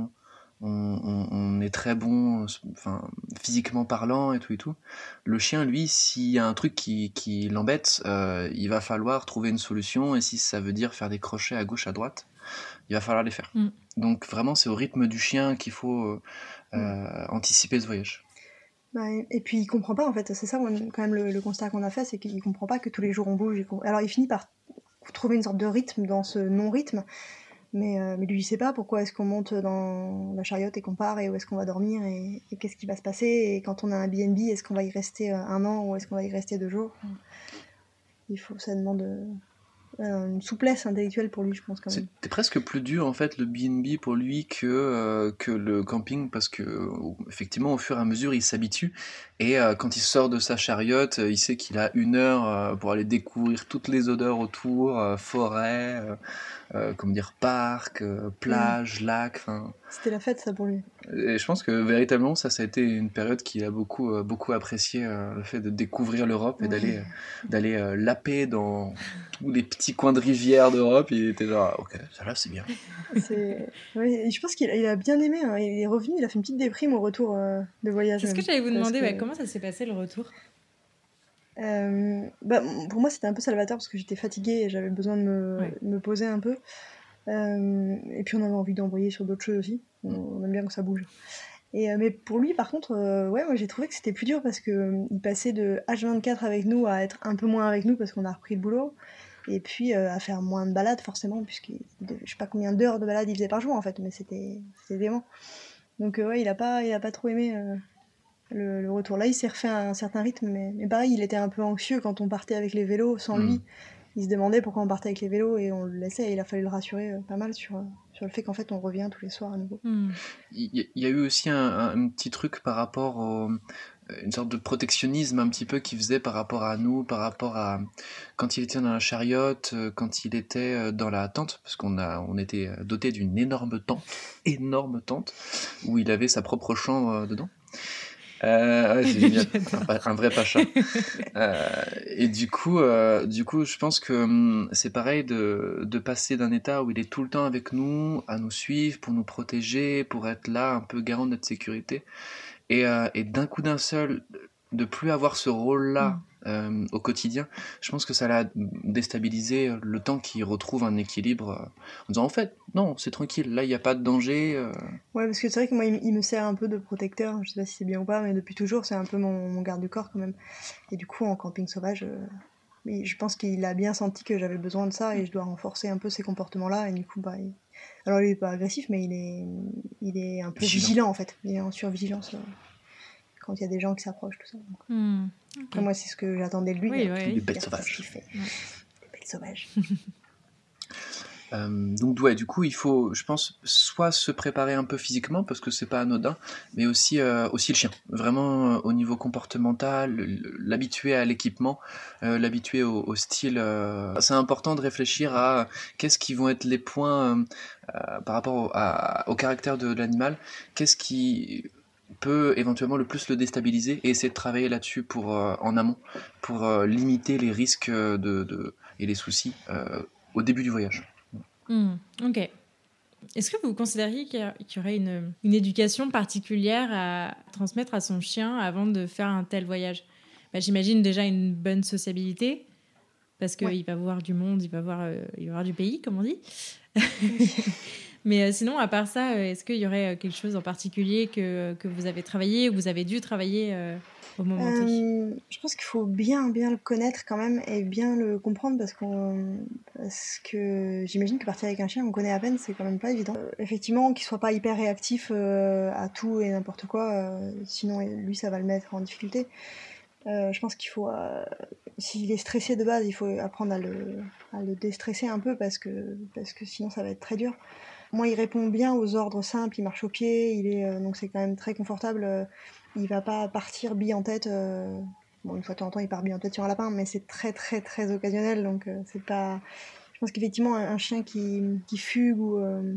on est très bon, enfin, physiquement parlant et tout. Le chien, lui, s'il y a un truc qui l'embête, il va falloir trouver une solution, et si ça veut dire faire des crochets à gauche, à droite, il va falloir les faire. Donc vraiment, c'est au rythme du chien qu'il faut anticiper ce voyage. Ouais, et puis il comprend pas en fait, c'est ça quand même le constat qu'on a fait, c'est qu'il comprend pas que tous les jours on bouge. Alors il finit par trouver une sorte de rythme dans ce non-rythme. Mais lui, il sait pas pourquoi est-ce qu'on monte dans la chariote et qu'on part et où est-ce qu'on va dormir et qu'est-ce qui va se passer. Et quand on a un B&B, est-ce qu'on va y rester 1 an ou est-ce qu'on va y rester 2 jours. Ça demande une souplesse intellectuelle pour lui, je pense quand même. C'était presque plus dur en fait le B&B pour lui que le camping, parce que effectivement au fur et à mesure il s'habitue, et quand il sort de sa chariote, il sait qu'il a 1 heure pour aller découvrir toutes les odeurs autour, forêt, parc, plage, lac, enfin. C'était la fête ça pour lui. Et je pense que véritablement ça a été une période qu'il a beaucoup apprécié, le fait de découvrir l'Europe et d'aller laper dans tous les petits coins de rivière d'Europe. Il était genre ok, ça là c'est bien. Ouais, je pense qu'il a bien aimé, hein. Il est revenu, il a fait une petite déprime au retour de voyage. C'est ce que j'allais vous demander, comment ça s'est passé le retour? Pour moi c'était un peu salvateur parce que j'étais fatiguée et j'avais besoin de me poser un peu. Et puis on avait envie d'envoyer sur d'autres choses aussi. On aime bien quand ça bouge. Mais pour lui, par contre, moi j'ai trouvé que c'était plus dur parce que il passait de H24 avec nous à être un peu moins avec nous parce qu'on a repris le boulot. Et puis à faire moins de balades forcément, je sais pas combien d'heures de balades il faisait par jour en fait, mais c'était dément. Donc il a pas trop aimé le retour. Là il s'est refait un certain rythme, mais pareil, il était un peu anxieux quand on partait avec les vélos sans lui. Il se demandait pourquoi on partait avec les vélos et on le laissait, et il a fallu le rassurer pas mal sur le fait qu'en fait on revient tous les soirs à nouveau. Il y a eu aussi un petit truc par rapport une sorte de protectionnisme un petit peu qu'il faisait par rapport à nous, par rapport à quand il était dans la chariote, quand il était dans la tente, parce on était doté d'une énorme tente, où il avait sa propre chambre dedans. Ouais, c'est génial, un vrai pacha. Et du coup, je pense que c'est pareil de passer d'un état où il est tout le temps avec nous, à nous suivre, pour nous protéger, pour être là, un peu garant de notre sécurité, et d'un coup d'un seul, de plus avoir ce rôle-là au quotidien. Je pense que ça l'a déstabilisé le temps qu'il retrouve un équilibre en disant en fait, non, c'est tranquille, là il n'y a pas de danger. Ouais, parce que c'est vrai que moi il me sert un peu de protecteur, je sais pas si c'est bien ou pas, mais depuis toujours c'est un peu mon garde du corps quand même. Et du coup en camping sauvage, je pense qu'il a bien senti que j'avais besoin de ça et je dois renforcer un peu ces comportements-là, et du coup alors il est pas agressif, mais il est un peu vigilant en fait, il est en survigilance quand il y a des gens qui s'approchent, tout ça. Okay. Après, moi c'est ce que j'attendais de lui. Des bêtes sauvages. Des bêtes sauvages. Donc du coup il faut, je pense, soit se préparer un peu physiquement parce que c'est pas anodin, mais aussi le chien, vraiment au niveau comportemental, l'habituer à l'équipement, l'habituer au style. C'est important de réfléchir à qu'est-ce qui vont être les points par rapport au caractère de l'animal, qu'est-ce qui peut éventuellement le plus le déstabiliser, et essayer de travailler là-dessus en amont pour limiter les risques et les soucis au début du voyage. Ok. Est-ce que vous considériez qu'il y aurait une éducation particulière à transmettre à son chien avant de faire un tel voyage? J'imagine déjà une bonne sociabilité, parce qu'il va voir du monde, il va voir du pays, comme on dit. Mais sinon, à part ça, est-ce qu'il y aurait quelque chose en particulier que vous avez travaillé ou vous avez dû travailler au moment T? Je pense qu'il faut bien le connaître quand même et bien le comprendre parce que j'imagine que partir avec un chien, on connaît à peine, c'est quand même pas évident. Effectivement, qu'il soit pas hyper réactif à tout et n'importe quoi, sinon lui ça va le mettre en difficulté. Je pense qu'il faut, s'il est stressé de base, il faut apprendre à le déstresser un peu parce que sinon ça va être très dur. Moi, il répond bien aux ordres simples, il marche au pied, donc c'est quand même très confortable. Il va pas partir bille en tête. Bon, une fois de temps en temps, il part bille en tête sur un lapin, mais c'est très très très occasionnel, donc c'est pas. Je pense qu'effectivement, un chien qui fugue ou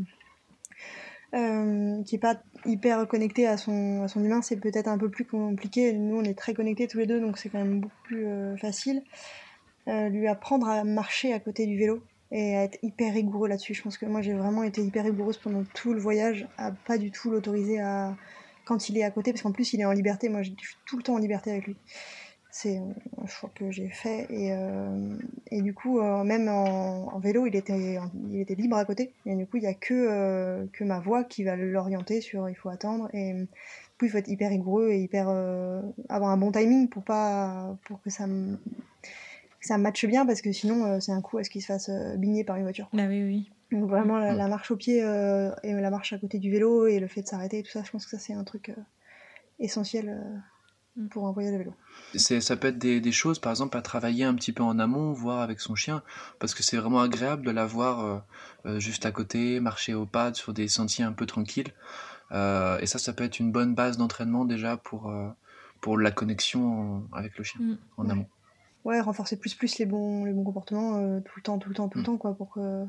qui est pas hyper connecté à son humain, c'est peut-être un peu plus compliqué. Nous, on est très connectés tous les deux, donc c'est quand même beaucoup plus facile. Lui apprendre à marcher à côté du vélo et à être hyper rigoureux là-dessus. Je pense que moi, j'ai vraiment été hyper rigoureuse pendant tout le voyage, à pas du tout l'autoriser à quand il est à côté, parce qu'en plus, il est en liberté. Moi, je suis tout le temps en liberté avec lui. C'est un choix que j'ai fait et du coup même en vélo il était libre à côté et du coup il y a que ma voix qui va l'orienter sur il faut attendre et du coup il faut être hyper rigoureux et hyper avoir un bon timing pour que ça matche bien parce que sinon c'est un coup à ce qu'il se fasse bigner par une voiture. Bah oui. Donc vraiment la marche au pied et la marche à côté du vélo et le fait de s'arrêter et tout ça, je pense que ça c'est un truc essentiel pour un voyage à vélo. Ça peut être des choses, par exemple, à travailler un petit peu en amont, voir avec son chien, parce que c'est vraiment agréable de l'avoir juste à côté, marcher au pas sur des sentiers un peu tranquilles. Et ça peut être une bonne base d'entraînement déjà pour la connexion avec le chien en amont. Ouais, renforcer plus les bons comportements tout le temps, quoi, pour que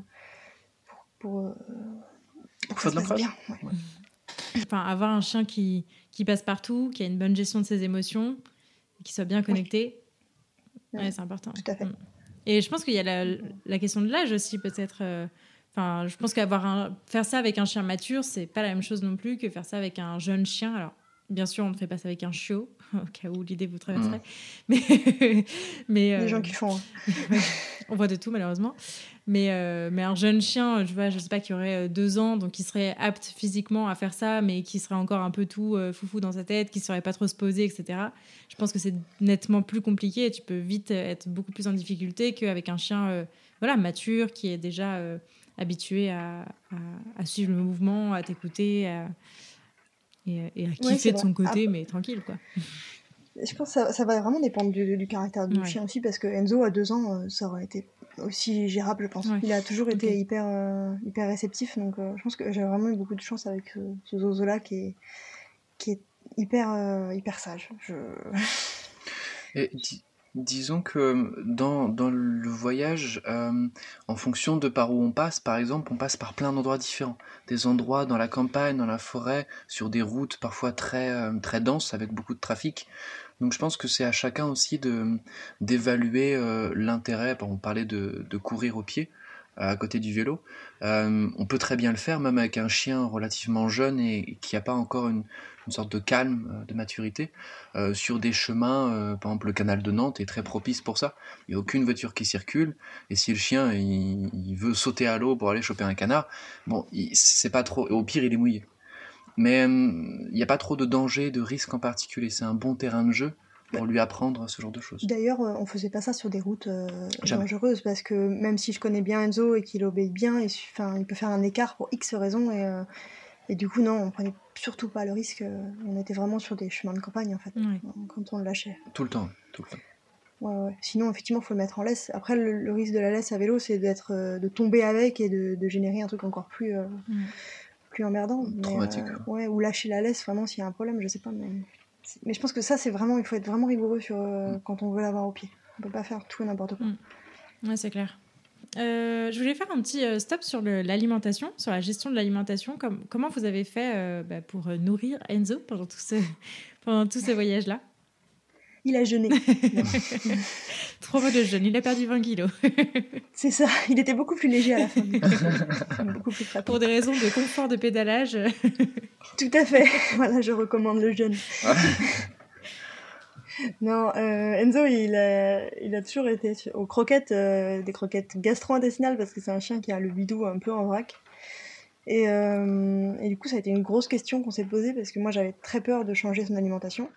ça se passe bien. Ouais. Enfin, avoir un chien qui passe partout, qui a une bonne gestion de ses émotions, qui soit bien connecté, c'est important. Tout à fait. Et je pense qu'il y a la question de l'âge aussi, peut-être. Je pense faire ça avec un chien mature, c'est pas la même chose non plus que faire ça avec un jeune chien. Alors, bien sûr, on ne fait pas ça avec un chiot, au cas où l'idée vous traverserait. Mais les gens qui font. On voit de tout, malheureusement. Mais un jeune chien, je sais pas, qui aurait 2 ans, donc qui serait apte physiquement à faire ça, mais qui serait encore un peu tout foufou dans sa tête, qui ne saurait pas trop se poser, etc. Je pense que c'est nettement plus compliqué et tu peux vite être beaucoup plus en difficulté qu'avec un chien mature, qui est déjà habitué à suivre le mouvement, à t'écouter, et à kiffer de son côté, mais tranquille, quoi. Je pense que ça va vraiment dépendre du caractère du chien aussi, parce que Enzo, à 2 ans, ça aurait été aussi gérable, je pense. Il a toujours été hyper réceptif, donc je pense que j'ai vraiment eu beaucoup de chance avec ce Zozo-là qui est hyper sage. Et disons que dans le voyage, en fonction de par où on passe, par exemple, on passe par plein d'endroits différents. Des endroits dans la campagne, dans la forêt, sur des routes parfois très, très denses, avec beaucoup de trafic. Donc je pense que c'est à chacun aussi d'évaluer l'intérêt. On parlait de courir au pied à côté du vélo. On peut très bien le faire, même avec un chien relativement jeune et qui n'a pas encore une sorte de calme, de maturité, sur des chemins, par exemple le canal de Nantes est très propice pour ça. Il n'y a aucune voiture qui circule, et si le chien il veut sauter à l'eau pour aller choper un canard, c'est pas trop, au pire il est mouillé. Mais il n'y a pas trop de danger, de risque en particulier. C'est un bon terrain de jeu pour lui apprendre ce genre de choses. D'ailleurs, on faisait pas ça sur des routes dangereuses, parce que même si je connais bien Enzo et qu'il obéit bien, il peut faire un écart pour X raisons, et du coup, non, on prenait surtout pas le risque. On était vraiment sur des chemins de campagne, en fait, quand on le lâchait. Tout le temps. Ouais. Sinon, effectivement, il faut le mettre en laisse. Après, le risque de la laisse à vélo, c'est de tomber avec et de générer un truc encore plus emmerdant. Traumatique. Ou lâcher la laisse, vraiment, s'il y a un problème, je sais pas. Mais je pense que ça, il faut être vraiment rigoureux quand on veut l'avoir au pied. On peut pas faire tout et n'importe quoi. Ouais, c'est clair. Je voulais faire un petit stop sur l'alimentation, sur la gestion de l'alimentation. Comment vous avez fait pour nourrir Enzo pendant tout ce voyage-là ? Il a jeûné. Non. 3 mois de jeûne, il a perdu 20 kilos. C'est ça, il était beaucoup plus léger à la fin. Beaucoup plus pratique. Pour des raisons de confort de pédalage. Tout à fait. Voilà, je recommande le jeûne. Non, Enzo, il a toujours été aux croquettes, des croquettes gastro-intestinales, parce que c'est un chien qui a le bidou un peu en vrac. Et du coup, ça a été une grosse question qu'on s'est posée, parce que moi, j'avais très peur de changer son alimentation.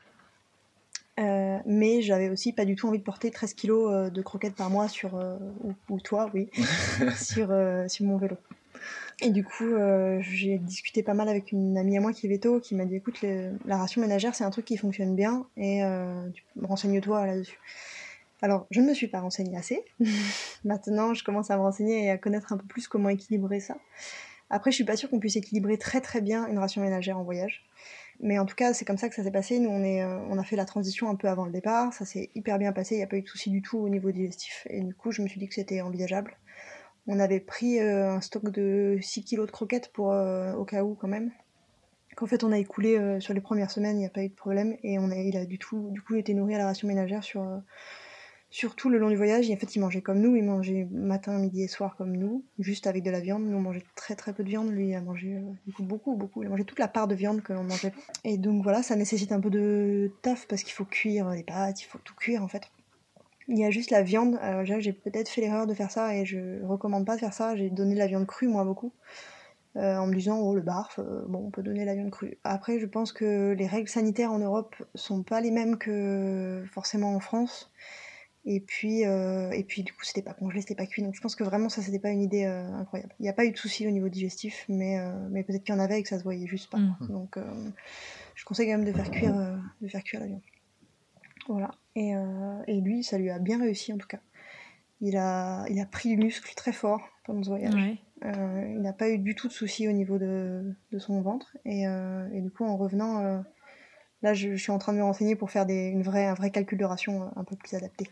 Mais j'avais aussi pas du tout envie de porter 13 kilos de croquettes par mois ou toi, oui, sur mon vélo. Et du coup, j'ai discuté pas mal avec une amie à moi qui est véto, qui m'a dit écoute, la ration ménagère, c'est un truc qui fonctionne bien, et renseigne-toi là-dessus. Alors, je ne me suis pas renseignée assez. Maintenant, je commence à me renseigner et à connaître un peu plus comment équilibrer ça. Après, je suis pas sûre qu'on puisse équilibrer très très bien une ration ménagère en voyage. Mais en tout cas, c'est comme ça que ça s'est passé. Nous, on a fait la transition un peu avant le départ. Ça s'est hyper bien passé. Il n'y a pas eu de soucis du tout au niveau digestif. Et du coup, je me suis dit que c'était envisageable. On avait pris un stock de 6 kilos de croquettes au cas où, quand même. Qu'en fait, on a écoulé sur les premières semaines. Il n'y a pas eu de problème. Et il a du coup été nourri à la ration ménagère sur tout le long du voyage. Et en fait, il mangeait comme nous. Il mangeait matin, midi et soir comme nous, juste avec de la viande. Nous, on mangeait très très peu de viande. Lui, il a mangé du coup beaucoup. Il a mangé toute la part de viande que l'on mangeait. Et donc voilà, ça nécessite un peu de taf parce qu'il faut cuire les pâtes, il faut tout cuire en fait. Il y a juste la viande. Alors j'ai peut-être fait l'erreur de faire ça et je recommande pas de faire ça. J'ai donné de la viande crue, moi, beaucoup. En me disant, oh, le barf, bon, on peut donner la viande crue. Après, je pense que les règles sanitaires en Europe sont pas les mêmes que forcément en France. Et puis du coup, c'était pas congelé, c'était pas cuit. Donc je pense que vraiment, ça, c'était pas une idée incroyable. Il n'y a pas eu de soucis au niveau digestif, mais peut-être qu'il y en avait et que ça se voyait juste pas. Donc je conseille quand même de faire cuire la viande. Voilà. Et lui, ça lui a bien réussi en tout cas. Il a pris du muscle très fort pendant ce voyage. Ouais. Il n'a pas eu du tout de soucis au niveau de son ventre. Et du coup, en revenant, là, je suis en train de me renseigner pour faire un vrai calcul de ration un peu plus adapté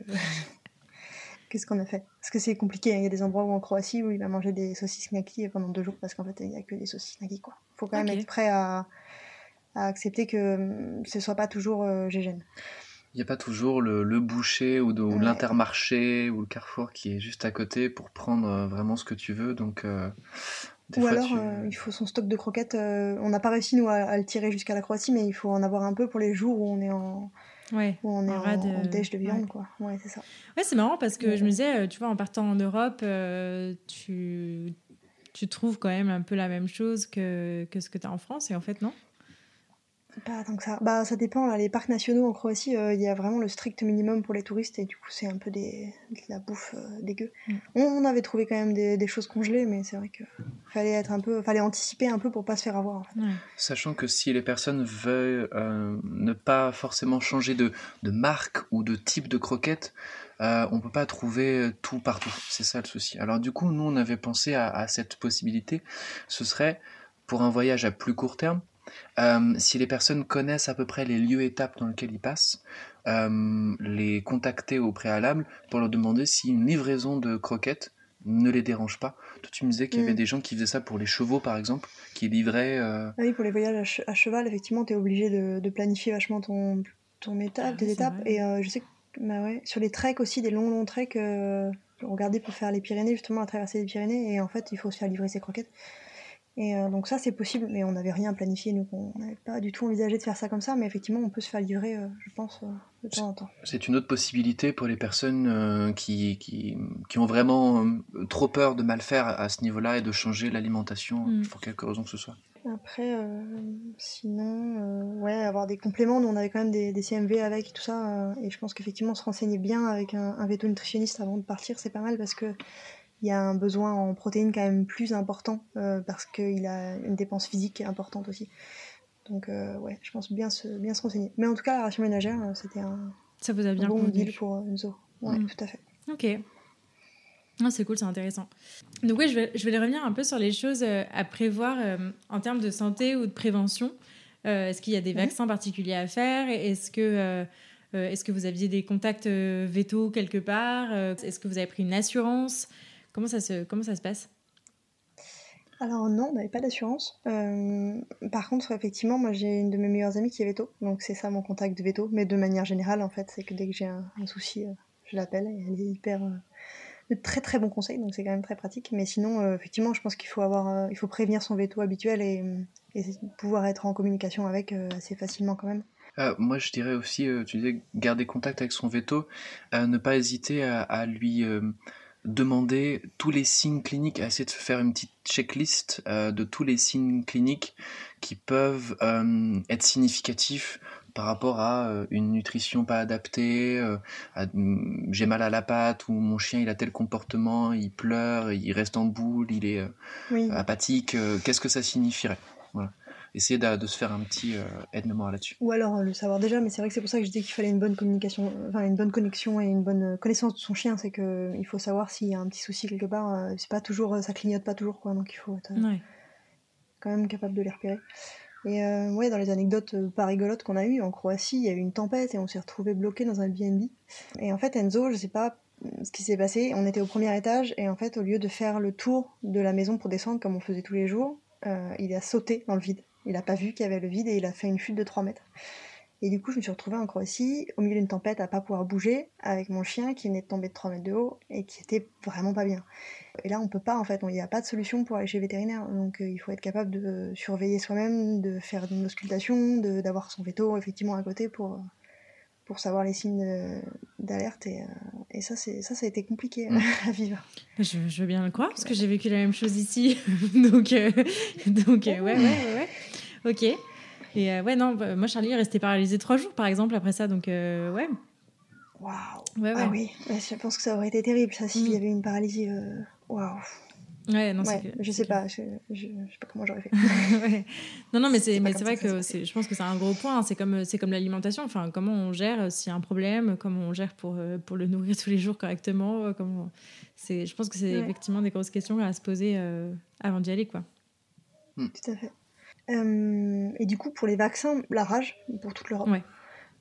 que ce qu'on a fait. Parce que c'est compliqué, hein. Il y a des endroits où en Croatie où il va manger des saucisses gnocchi pendant 2 jours parce qu'en fait, il n'y a que des saucisses gnocchi, quoi. Faut quand même être prêt à accepter que ce soit pas toujours gégène. Il n'y a pas toujours le boucher ou l'Intermarché ou le Carrefour qui est juste à côté pour prendre vraiment ce que tu veux. Donc, ou alors, il faut son stock de croquettes. On n'a pas réussi, nous, à le tirer jusqu'à la Croatie, mais il faut en avoir un peu pour les jours où on est en déj de viande, quoi. Ouais, c'est ça. Ouais, c'est marrant parce que je me disais, tu vois, en partant en Europe, tu trouves quand même un peu la même chose que ce que tu as en France, et en fait, non ? Pas tant que ça. Bah, ça dépend, là. Les parcs nationaux en Croatie, il y a vraiment le strict minimum pour les touristes, et du coup, c'est un peu de la bouffe dégueu. On avait trouvé quand même des choses congelées, mais c'est vrai que fallait anticiper un peu pour pas se faire avoir, en fait. Sachant que si les personnes veulent ne pas forcément changer de marque ou de type de croquette, on peut pas trouver tout partout. C'est ça le souci. Alors du coup, nous, on avait pensé à cette possibilité. Ce serait, pour un voyage à plus court terme, si les personnes connaissent à peu près les lieux étapes dans lesquels ils passent, les contacter au préalable pour leur demander si une livraison de croquettes ne les dérange pas. Toi, tu me disais qu'il y avait des gens qui faisaient ça pour les chevaux, par exemple, qui livraient... Ah oui, pour les voyages à cheval, effectivement, t'es obligé de planifier vachement tes étapes. Et je sais que sur les treks aussi, des longs treks, regardez pour faire les Pyrénées, justement, la traversée des Pyrénées, et en fait, il faut se faire livrer ses croquettes. Et donc ça, c'est possible, mais on n'avait rien planifié, nous, on n'avait pas du tout envisagé de faire ça comme ça, mais effectivement, on peut se faire livrer, je pense, de temps en temps. C'est une autre possibilité pour les personnes qui ont vraiment trop peur de mal faire à ce niveau-là et de changer l'alimentation pour quelque raison que ce soit. Après, sinon, avoir des compléments, nous on avait quand même des CMV avec et tout ça, et je pense qu'effectivement se renseigner bien avec un véto-nutritionniste avant de partir, c'est pas mal parce que il y a un besoin en protéines quand même plus important parce qu'il a une dépense physique importante aussi. Donc je pense bien se renseigner. Mais en tout cas, la ration ménagère, c'était ça vous a bien bon convenu. deal pour Enzo. Ouais, tout à fait. Ok. Ah, c'est cool, c'est intéressant. Donc oui, je vais revenir un peu sur les choses à prévoir en termes de santé ou de prévention. Est-ce qu'il y a des vaccins particuliers à faire ? Est-ce que vous aviez des contacts véto quelque part ? Est-ce que vous avez pris une assurance ? Comment ça se passe ? Alors non, on n'avait pas d'assurance. Par contre, effectivement, moi j'ai une de mes meilleures amies qui est veto, donc c'est ça mon contact de veto. Mais de manière générale, en fait, c'est que dès que j'ai un souci, je l'appelle et elle est hyper de très très bons conseils, donc c'est quand même très pratique. Mais sinon, effectivement, je pense qu'il faut il faut prévenir son veto habituel et pouvoir être en communication avec assez facilement quand même. Moi, je dirais aussi, tu disais, garder contact avec son veto, ne pas hésiter à lui demander tous les signes cliniques, à essayer de faire une petite checklist de tous les signes cliniques qui peuvent être significatifs par rapport à une nutrition pas adaptée, j'ai mal à la patte, ou mon chien il a tel comportement, il pleure, il reste en boule, il est apathique, qu'est-ce que ça signifierait? Voilà. Essayer de se faire un petit aide-mémoire là-dessus. Ou alors le savoir déjà, mais c'est vrai que c'est pour ça que je dis qu'il fallait une bonne communication, enfin une bonne connexion et une bonne connaissance de son chien, c'est que il faut savoir s'il y a un petit souci quelque part, c'est pas toujours, ça clignote pas toujours quoi, donc il faut être quand même capable de les repérer. Et ouais, dans les anecdotes pas rigolotes qu'on a eues, en Croatie, il y a eu une tempête et on s'est retrouvés bloqués dans un B&B. Et en fait, Enzo, je sais pas ce qui s'est passé, on était au premier étage et en fait, au lieu de faire le tour de la maison pour descendre comme on faisait tous les jours, il a sauté dans le vide. Il a pas vu qu'il y avait le vide et il a fait une chute de 3 mètres. Et du coup, je me suis retrouvée en Croatie, au milieu d'une tempête, à pas pouvoir bouger, avec mon chien qui venait de tomber de 3 mètres de haut et qui était vraiment pas bien. Et là, on peut pas, en fait, il n'y a pas de solution pour aller chez le vétérinaire. Donc, il faut être capable de surveiller soi-même, de faire une auscultation, d'avoir son veto, effectivement, à côté pour savoir les signes d'alerte. Et ça, ça a été compliqué à vivre. Je veux bien le croire, parce que j'ai vécu la même chose ici. donc, ouais. Ok. Et ouais, non, moi, Charlie est resté paralysé 3 jours, par exemple, après ça. Donc, ouais. Waouh. Ouais. Ah oui, je pense que ça aurait été terrible, ça, s'il y avait une paralysie. Waouh. Ouais, non, je sais pas, je sais pas comment j'aurais fait. Ouais. Non, mais c'est vrai que je pense que c'est un gros point. Hein. C'est comme l'alimentation. Enfin, comment on gère s'il y a un problème, comment on gère pour le nourrir tous les jours correctement. Je pense que c'est effectivement des grosses questions à se poser avant d'y aller, quoi. Tout à fait. Et du coup, pour les vaccins, la rage pour toute l'Europe. Ouais.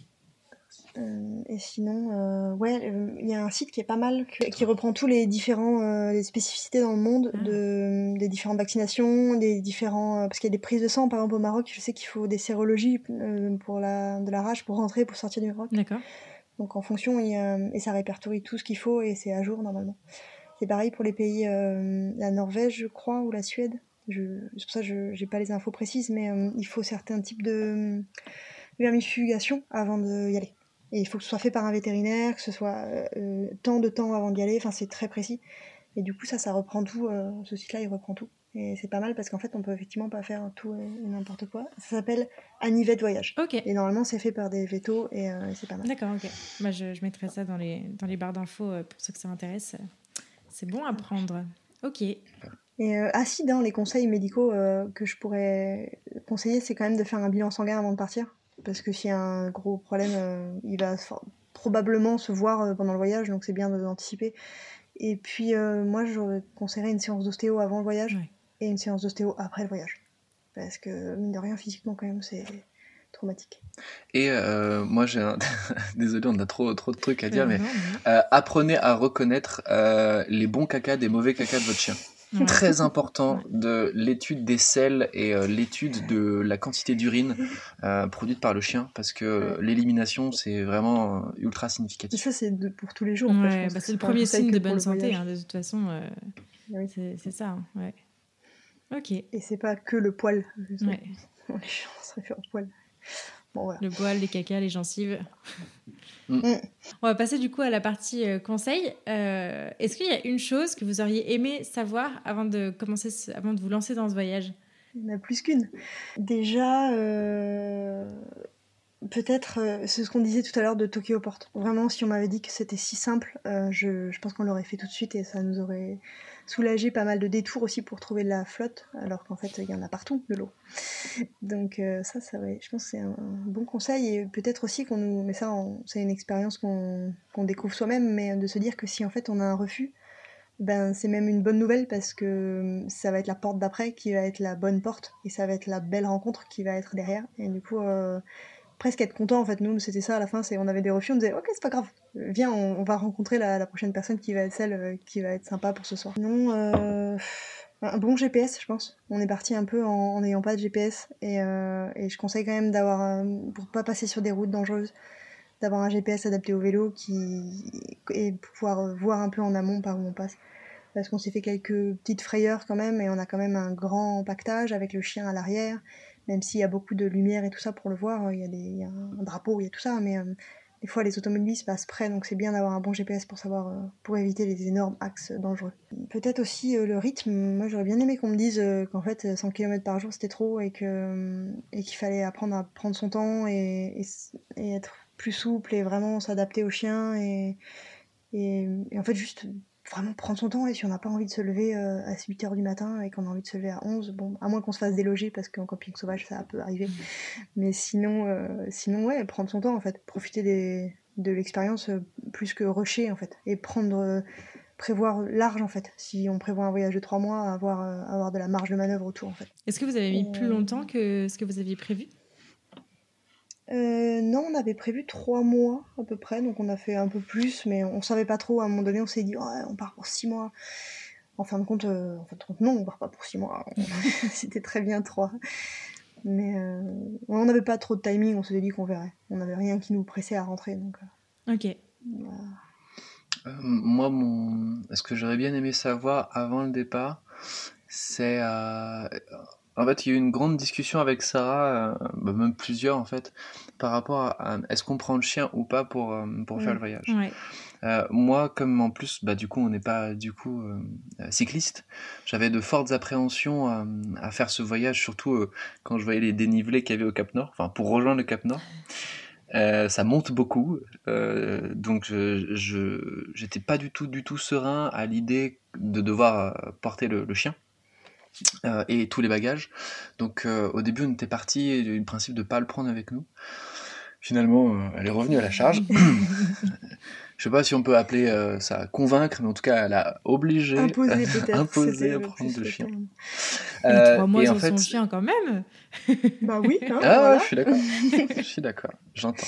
Et sinon, il y a un site qui est pas mal, qui reprend tous les différents les spécificités dans le monde des différentes vaccinations, des différents parce qu'il y a des prises de sang, par exemple au Maroc, je sais qu'il faut des sérologies pour de la rage pour rentrer, pour sortir du Maroc. D'accord. Donc en fonction, et ça répertorie tout ce qu'il faut et c'est à jour normalement. C'est pareil pour les pays, la Norvège, je crois, ou la Suède. C'est pour ça que je n'ai pas les infos précises, mais il faut certains types de vermifugation avant d'y aller. Et il faut que ce soit fait par un vétérinaire, que ce soit tant de temps avant d'y aller, enfin c'est très précis. Et du coup ça reprend tout, ce site-là il reprend tout. Et c'est pas mal parce qu'en fait on peut effectivement pas faire tout et n'importe quoi. Ça s'appelle Anivet Voyage. Okay. Et normalement c'est fait par des vétos et c'est pas mal. D'accord, ok. Bah, je mettrai ça dans les barres d'infos pour ceux que ça intéresse. C'est bon à prendre. Ok. Et les conseils médicaux que je pourrais conseiller, c'est quand même de faire un bilan sanguin avant de partir. Parce que s'il y a un gros problème, il va probablement se voir pendant le voyage, donc c'est bien d'anticiper. Et puis moi, je conseillerais une séance d'ostéo avant le voyage et une séance d'ostéo après le voyage. Parce que, mine de rien, physiquement, quand même, c'est traumatique. Et moi, désolé, on a trop de trucs à dire, mais apprenez à reconnaître les bons cacas des mauvais cacas de votre chien. Ouais. Très important de l'étude des selles et l'étude de la quantité d'urine produite par le chien, parce que l'élimination, c'est vraiment ultra significatif. Et ça, c'est pour tous les jours. Ouais, c'est le premier signe de bonne santé, de toute façon. C'est ça. Hein, ouais. Ok. Et c'est pas que le poil. Les chiens seraient fait en poil. Bon, voilà. Le poil, les cacas, les gencives. On va passer du coup à la partie conseil. Est-ce qu'il y a une chose que vous auriez aimé savoir avant de vous lancer dans ce voyage ? Il y en a plus qu'une. Déjà, peut-être, c'est ce qu'on disait tout à l'heure de Tokyo Port. Vraiment, si on m'avait dit que c'était si simple, je pense qu'on l'aurait fait tout de suite et ça nous aurait soulagé pas mal de détours aussi pour trouver de la flotte, alors qu'en fait, il y en a partout, de l'eau. Donc ça je pense que c'est un bon conseil. Et peut-être aussi mais ça, c'est une expérience qu'on découvre soi-même, mais de se dire que si en fait on a un refus, ben c'est même une bonne nouvelle parce que ça va être la porte d'après qui va être la bonne porte et ça va être la belle rencontre qui va être derrière. Et du coup, presque être content en fait. Nous, c'était ça à la fin, on avait des refus, on disait ok, c'est pas grave, viens, on va rencontrer la prochaine personne qui va être celle qui va être sympa pour ce soir. Non, Un bon GPS, je pense. On est parti un peu en n'ayant pas de GPS et je conseille quand même d'avoir, pour pas passer sur des routes dangereuses, d'avoir un GPS adapté au vélo et pour pouvoir voir un peu en amont par où on passe. Parce qu'on s'est fait quelques petites frayeurs quand même et on a quand même un grand pactage avec le chien à l'arrière, même s'il y a beaucoup de lumière et tout ça pour le voir, il y a un drapeau, il y a tout ça, mais des fois les automobilistes passent près, donc c'est bien d'avoir un bon GPS pour savoir, pour éviter les énormes axes dangereux. Peut-être aussi le rythme. Moi j'aurais bien aimé qu'on me dise qu'en fait 100 km par jour c'était trop et qu'il fallait apprendre à prendre son temps et être plus souple et vraiment s'adapter au chien et en fait juste vraiment prendre son temps, et si on n'a pas envie de se lever à 8h du matin et qu'on a envie de se lever à 11, bon, à moins qu'on se fasse déloger parce qu'en camping sauvage ça peut arriver, mais sinon ouais, prendre son temps en fait, profiter de l'expérience plus que rusher en fait, et prévoir large en fait, si on prévoit un voyage de 3 mois, avoir de la marge de manœuvre autour en fait. Est-ce que vous avez mis plus longtemps que ce que vous aviez prévu ? Non, on avait prévu 3 mois à peu près, donc on a fait un peu plus, mais on savait pas trop. À un moment donné, on s'est dit, ouais, on part pour 6 mois. En fin de compte, non, on part pas pour 6 mois. C'était très bien 3. Mais on n'avait pas trop de timing, on s'était dit qu'on verrait. On n'avait rien qui nous pressait à rentrer. Donc, ok. Moi, ce que j'aurais bien aimé savoir avant le départ, c'est... En fait, il y a eu une grande discussion avec Sarah, même plusieurs en fait, par rapport à est-ce qu'on prend le chien ou pas pour faire le voyage. Ouais. Moi, comme en plus, du coup, on n'est pas cycliste, j'avais de fortes appréhensions à faire ce voyage, surtout quand je voyais les dénivelés qu'il y avait au Cap Nord, enfin pour rejoindre le Cap Nord. Ça monte beaucoup, donc j'étais pas du tout serein à l'idée de devoir porter le chien. Et tous les bagages. Donc au début on était parti du principe de pas le prendre avec nous. Finalement elle est revenue à la charge. Je sais pas si on peut appeler ça convaincre, mais en tout cas elle a obligé, imposé à prendre le chien. Et 3 mois sans son chien quand même. Bah oui. Voilà. Je suis d'accord. Je suis d'accord. J'entends.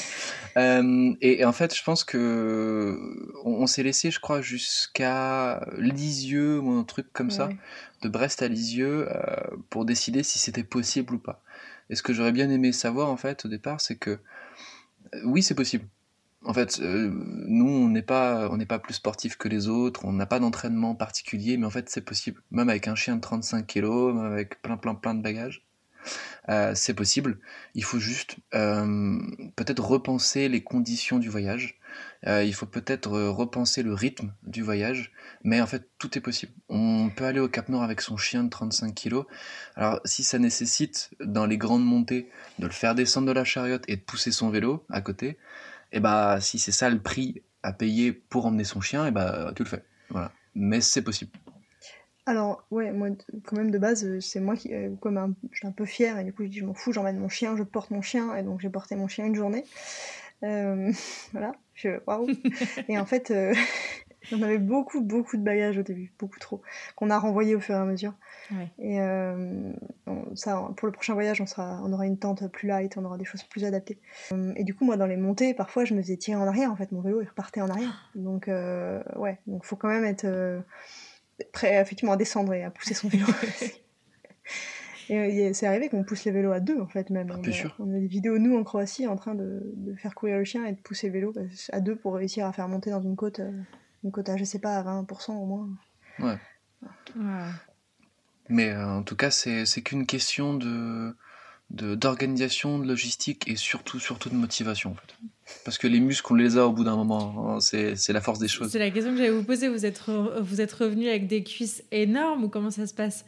Et en fait, je pense que on s'est laissé, je crois, jusqu'à Lisieux ou un truc comme ça, de Brest à Lisieux, pour décider si c'était possible ou pas. Et ce que j'aurais bien aimé savoir, en fait, au départ, c'est que oui, c'est possible. En fait, nous, on n'est pas plus sportifs que les autres, on n'a pas d'entraînement particulier, mais en fait, c'est possible. Même avec un chien de 35 kilos, même avec plein de bagages. C'est possible. Il faut juste peut-être repenser les conditions du voyage. Il faut peut-être repenser le rythme du voyage. Mais en fait, tout est possible. On peut aller au Cap Nord avec son chien de 35 kilos. Alors, si ça nécessite, dans les grandes montées, de le faire descendre de la chariote et de pousser son vélo à côté, et si c'est ça le prix à payer pour emmener son chien, tu le fais. Voilà. Mais c'est possible. Alors, ouais, moi, quand même, de base, c'est moi qui, comme je suis un peu fière, et du coup, je dis, je m'en fous, j'emmène mon chien, je porte mon chien, et donc j'ai porté mon chien une journée. Voilà, waouh. Et en fait, on avait beaucoup de bagages au début, beaucoup trop, qu'on a renvoyé au fur et à mesure. Ouais. Et ça, pour le prochain voyage, on aura une tente plus light, on aura des choses plus adaptées. Et du coup, moi, dans les montées, parfois, je me faisais tirer en arrière, en fait, mon vélo, il repartait en arrière. Donc, donc faut quand même être... prêt effectivement à descendre et à pousser son vélo. Et c'est arrivé qu'on pousse les vélos à deux en fait même. On a des vidéos nous en Croatie en train de faire courir le chien et de pousser le vélo à deux pour réussir à faire monter dans une côte à je sais pas à 20% au moins. Ouais. Mais en tout cas c'est qu'une question d'organisation, de logistique et surtout de motivation en fait. Parce que les muscles on les a au bout d'un moment, hein, c'est la force des choses. C'est la question que j'allais vous poser, vous êtes revenu avec des cuisses énormes ou comment ça se passe?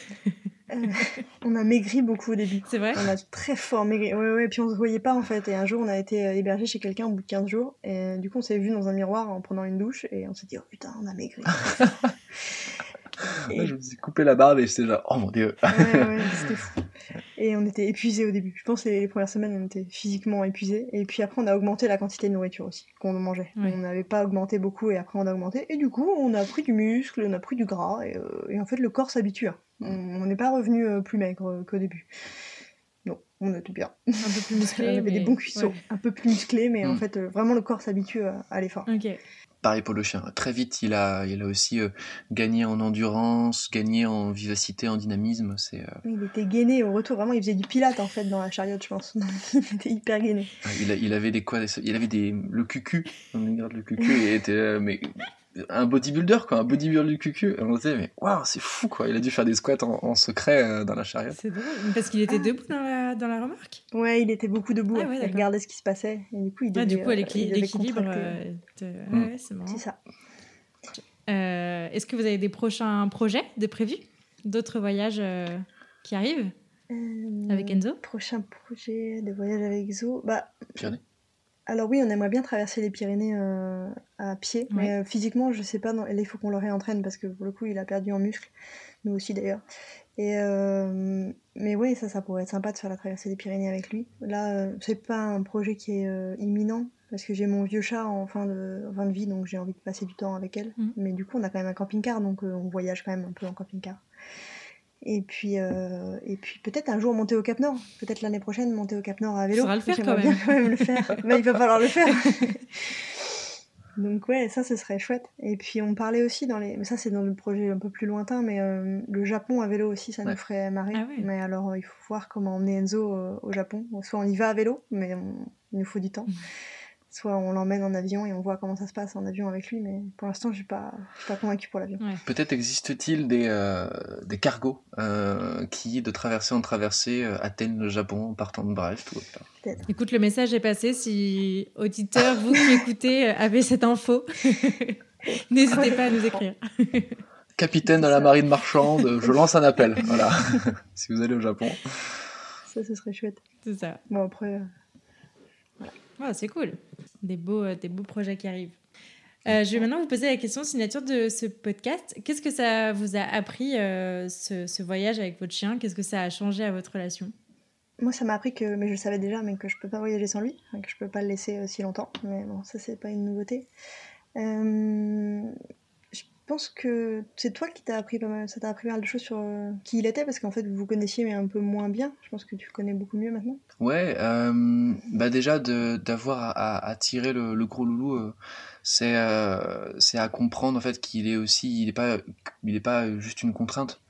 On a maigri beaucoup au début. C'est vrai? On a très fort maigri. Ouais, puis on se voyait pas en fait. Et un jour on a été hébergé chez quelqu'un au bout de 15 jours et du coup on s'est vu dans un miroir en prenant une douche et on s'est dit oh putain on a maigri. Et... je me suis coupé la barbe et j'étais genre oh mon dieu. Ouais, c'était fou. Et on était épuisés au début. Je pense que les premières semaines on était physiquement épuisés. Et puis après on a augmenté la quantité de nourriture aussi qu'on mangeait. Ouais. On n'avait pas augmenté beaucoup et après on a augmenté. Et du coup on a pris du muscle, on a pris du gras et en fait le corps s'habitue. On n'est pas revenu plus maigre qu'au début. non, on était bien. Un peu plus musclé. On avait mais... des bons cuissots, ouais. un peu plus musclés, mais en fait, vraiment, le corps s'habitue à l'effort. Ok. Pareil pour le chien. Très vite, il a aussi gagné en endurance, gagné en vivacité, en dynamisme. Il était gainé au retour. Vraiment, il faisait du pilate, en fait, dans la chariote, je pense. Il était hyper gainé. Il avait le cucu. On regarde le cucu, il était mais un bodybuilder, quoi, un bodybuilder du cucu. On se disait, mais waouh, c'est fou, quoi. Il a dû faire des squats en secret dans la chariote. C'est drôle, parce qu'il était debout dans la remorque. Ouais, il était beaucoup debout. Ah ouais, il d'accord. regardait ce qui se passait. Et du coup, il devait, Du coup, il devait l'équilibre. contracter. Ouais, c'est marrant. C'est ça. Est-ce que vous avez des prochains projets de prévus? D'autres voyages qui arrivent avec Enzo? Prochain projet de voyage avec Zo. Bah, Pyrénées. alors oui, on aimerait bien traverser les Pyrénées à pied, Ouais. mais physiquement, je sais pas. Là, il faut qu'on le réentraîne parce que pour le coup, il a perdu en muscle. Nous aussi d'ailleurs. Et mais oui, ça pourrait être sympa de faire la traversée des Pyrénées avec lui. Là, c'est pas un projet qui est imminent parce que j'ai mon vieux chat en fin de vie, donc j'ai envie de passer du temps avec elle. Mais du coup, on a quand même un camping-car, donc on voyage quand même un peu en camping-car. Et puis peut-être un jour monter au Cap Nord. Peut-être l'année prochaine monter au Cap Nord à vélo. Il faudra le faire J'aimerais quand bien même. quand même le faire. Il va falloir le faire. Donc ouais, ça ce serait chouette. Et puis on parlait aussi mais ça c'est dans le projet un peu plus lointain, mais le Japon à vélo aussi, ça nous ferait marrer. Ah ouais. Mais alors il faut voir comment emmener Enzo au Japon. Soit on y va à vélo, mais il nous faut du temps. Soit on l'emmène en avion et on voit comment ça se passe en avion avec lui, mais pour l'instant je suis pas convaincue pour l'avion. Ouais. Peut-être existe-t-il des cargos qui, de traversée en traversée, atteignent le Japon en partant de Brest ou autre. Peut-être. Écoute, le message est passé. Si auditeurs, vous qui écoutez, avez cette info, n'hésitez pas à nous écrire. Capitaine de la marine marchande, je lance un appel. Voilà. Si vous allez au Japon. Ça ce serait chouette. C'est ça. Bon après... Oh, c'est cool. Des beaux projets qui arrivent. Je vais maintenant vous poser la question signature de ce podcast. Qu'est-ce que ça vous a appris, ce voyage avec votre chien? Qu'est-ce que ça a changé à votre relation? Moi, ça m'a appris mais je le savais déjà, mais que je peux pas voyager sans lui, que je peux pas le laisser si longtemps. Mais bon, ça, c'est pas une nouveauté. Je pense que c'est toi qui t'as appris pas mal, ça t'a appris pas mal de choses sur qui il était, parce qu'en fait, vous vous connaissiez, mais un peu moins bien. Je pense que tu le connais beaucoup mieux maintenant. Ouais, déjà d'avoir à tirer le gros loulou, c'est à comprendre en fait qu'il est aussi, il est pas juste une contrainte.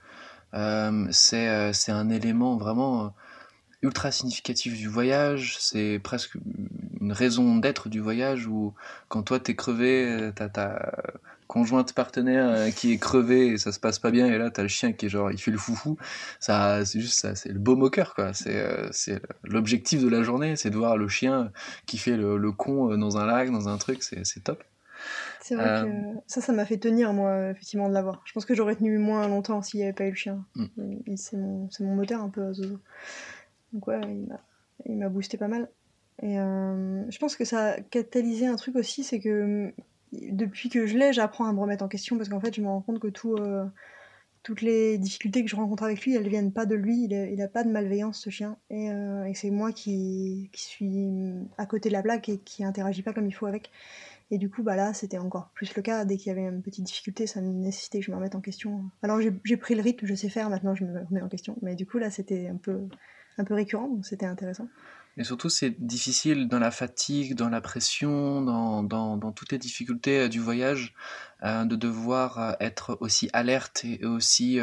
C'est un élément vraiment ultra significatif du voyage. C'est presque une raison d'être du voyage où quand toi t'es crevé, t'as ta conjointe partenaire qui est crevé et ça se passe pas bien, et là t'as le chien qui est genre il fait le foufou. Ça, c'est juste ça, c'est le baume au cœur, quoi. C'est l'objectif de la journée, c'est de voir le chien qui fait le con dans un lac, dans un truc, c'est top. C'est vrai que ça m'a fait tenir, moi, effectivement, de l'avoir. Je pense que j'aurais tenu moins longtemps s'il n'y avait pas eu le chien. C'est mon moteur un peu, Zozo. Donc ouais, il m'a boosté pas mal. Et je pense que ça a catalysé un truc aussi, c'est que depuis que je l'ai, j'apprends à me remettre en question, parce qu'en fait, je me rends compte que toutes les difficultés que je rencontre avec lui, elles viennent pas de lui. Il a pas de malveillance, ce chien. Et c'est moi qui suis à côté de la plaque et qui interagis pas comme il faut avec. Et du coup, bah là, c'était encore plus le cas. Dès qu'il y avait une petite difficulté, ça nécessitait que je me remette en question. Alors j'ai pris le rythme, je sais faire, maintenant je me remets en question. Mais du coup, là, c'était un peu récurrent, donc c'était intéressant. Et surtout, c'est difficile dans la fatigue, dans la pression, dans toutes les difficultés du voyage, de devoir être aussi alerte et aussi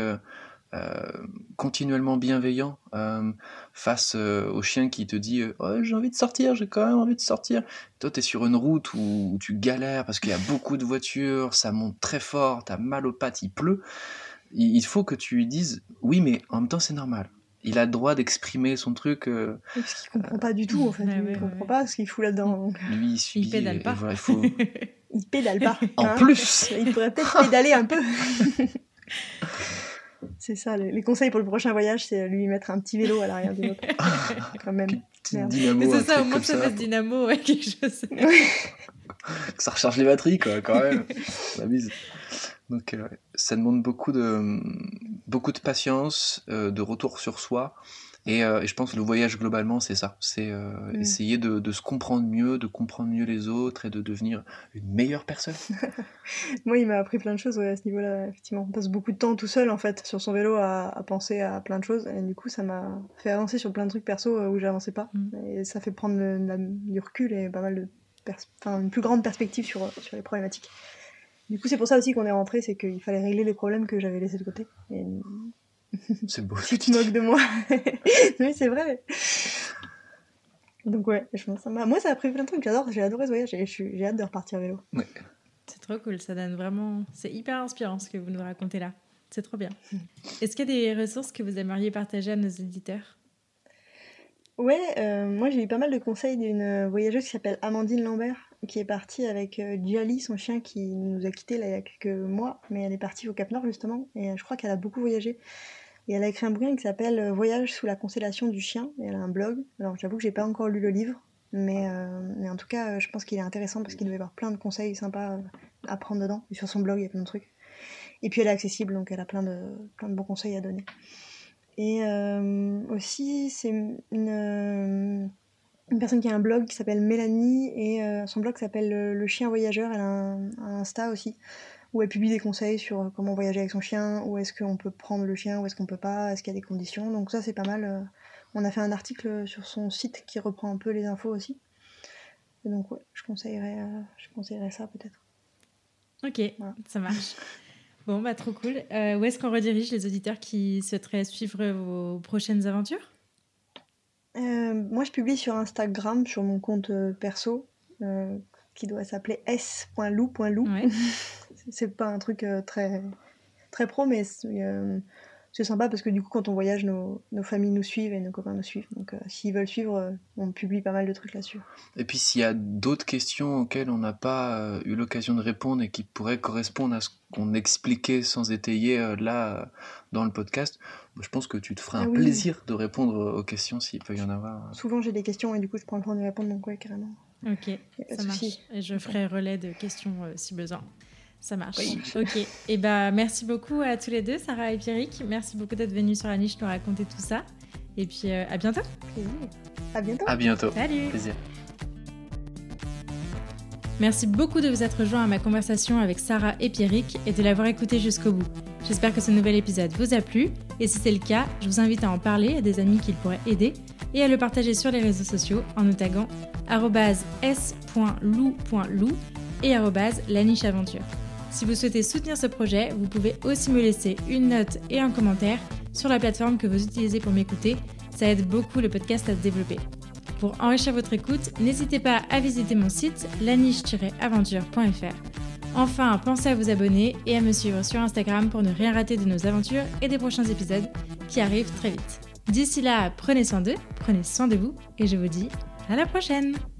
continuellement bienveillant face au chien qui te dit oh, j'ai envie de sortir, j'ai quand même envie de sortir. Toi, t'es sur une route où tu galères parce qu'il y a beaucoup de voitures, ça monte très fort, t'as mal aux pattes, il pleut. Il faut que tu lui dises oui, mais en même temps, c'est normal. Il a le droit d'exprimer son truc. Parce qu'il comprend pas du tout, en fait. Il comprend pas ce qu'il fout là-dedans. Donc. Lui, il subit. Il pédale pas. Et voilà, il faut... il pédale pas. En plus il pourrait peut-être pédaler un peu. C'est ça, les conseils pour le prochain voyage, c'est lui mettre un petit vélo à l'arrière de l'autre. Quand même. Dynamo, mais c'est ça, au moins que ça fasse dynamo, ouais, quelque chose. Que ça recharge les batteries, quoi, quand même. La mise. Donc, ça demande beaucoup de patience, de retour sur soi Et je pense que le voyage globalement c'est ça, c'est essayer de se comprendre mieux, de comprendre mieux les autres et de devenir une meilleure personne. Moi, il m'a appris plein de choses à ce niveau-là, effectivement. On passe beaucoup de temps tout seul, en fait, sur son vélo à penser à plein de choses. Et du coup, ça m'a fait avancer sur plein de trucs perso où j'avançais pas. Et ça fait prendre du recul et pas mal de une plus grande perspective sur les problématiques. Du coup, c'est pour ça aussi qu'on est rentré, c'est qu'il fallait régler les problèmes que j'avais laissés de côté. Et... C'est beau. Tu te moques de moi. Oui, c'est vrai. Donc ouais, je pense moi ça a pris plein de trucs. J'ai adoré ce voyage et j'ai hâte de repartir à vélo. Ouais. C'est trop cool, ça donne vraiment... C'est hyper inspirant ce que vous nous racontez là. C'est trop bien. Est-ce qu'il y a des ressources que vous aimeriez partager à nos éditeurs ? Ouais, moi j'ai eu pas mal de conseils d'une voyageuse qui s'appelle Amandine Lambert, qui est partie avec Djali, son chien qui nous a quittés là, il y a quelques mois, mais elle est partie au Cap Nord justement, et je crois qu'elle a beaucoup voyagé. Et elle a écrit un bouquin qui s'appelle Voyage sous la constellation du chien, et elle a un blog. Alors j'avoue que j'ai pas encore lu le livre, mais en tout cas je pense qu'il est intéressant parce qu'il doit y avoir plein de conseils sympas à prendre dedans. Et sur son blog il y a plein de trucs. Et puis elle est accessible, donc elle a plein de bons conseils à donner. Et aussi c'est une personne qui a un blog qui s'appelle Mélanie, et son blog s'appelle Le Chien Voyageur. Elle a un Insta aussi, où elle publie des conseils sur comment voyager avec son chien, où est-ce qu'on peut prendre le chien, où est-ce qu'on peut pas, est-ce qu'il y a des conditions. Donc ça c'est pas mal. On a fait un article sur son site qui reprend un peu les infos aussi. Et donc ouais, je conseillerais ça peut-être. Ok, voilà. Ça marche. Bon, bah trop cool. Où est-ce qu'on redirige les auditeurs qui souhaiteraient suivre vos prochaines aventures ? Moi je publie sur Instagram, sur mon compte perso, qui doit s'appeler s.lou.lou. Ouais. C'est pas un truc très, très pro, mais c'est sympa parce que du coup, quand on voyage, nos familles nous suivent et nos copains nous suivent. Donc, s'ils veulent suivre, on publie pas mal de trucs là-dessus. Et puis, s'il y a d'autres questions auxquelles on n'a pas eu l'occasion de répondre et qui pourraient correspondre à ce qu'on expliquait sans étayer là, dans le podcast, je pense que tu te feras un plaisir de répondre aux questions s'il peut y en avoir. Souvent, j'ai des questions et du coup, je prends le temps de répondre, donc ouais, carrément. Ok, ça marche. Et je ferai relais de questions si besoin. Ça marche. Oui. Ok. Et merci beaucoup à tous les deux, Sarah et Pierrick. Merci beaucoup d'être venus sur la niche nous raconter tout ça. Et puis à bientôt. À bientôt. À bientôt. Salut. Plaisir. Merci beaucoup de vous être rejoints à ma conversation avec Sarah et Pierrick et de l'avoir écouté jusqu'au bout. J'espère que ce nouvel épisode vous a plu. Et si c'est le cas, je vous invite à en parler à des amis qui le pourraient aider et à le partager sur les réseaux sociaux en nous taguant @s.lou.lou et @lanicheaventure. Si vous souhaitez soutenir ce projet, vous pouvez aussi me laisser une note et un commentaire sur la plateforme que vous utilisez pour m'écouter. Ça aide beaucoup le podcast à se développer. Pour enrichir votre écoute, n'hésitez pas à visiter mon site laniche-aventure.fr. Enfin, pensez à vous abonner et à me suivre sur Instagram pour ne rien rater de nos aventures et des prochains épisodes qui arrivent très vite. D'ici là, prenez soin d'eux, prenez soin de vous et je vous dis à la prochaine!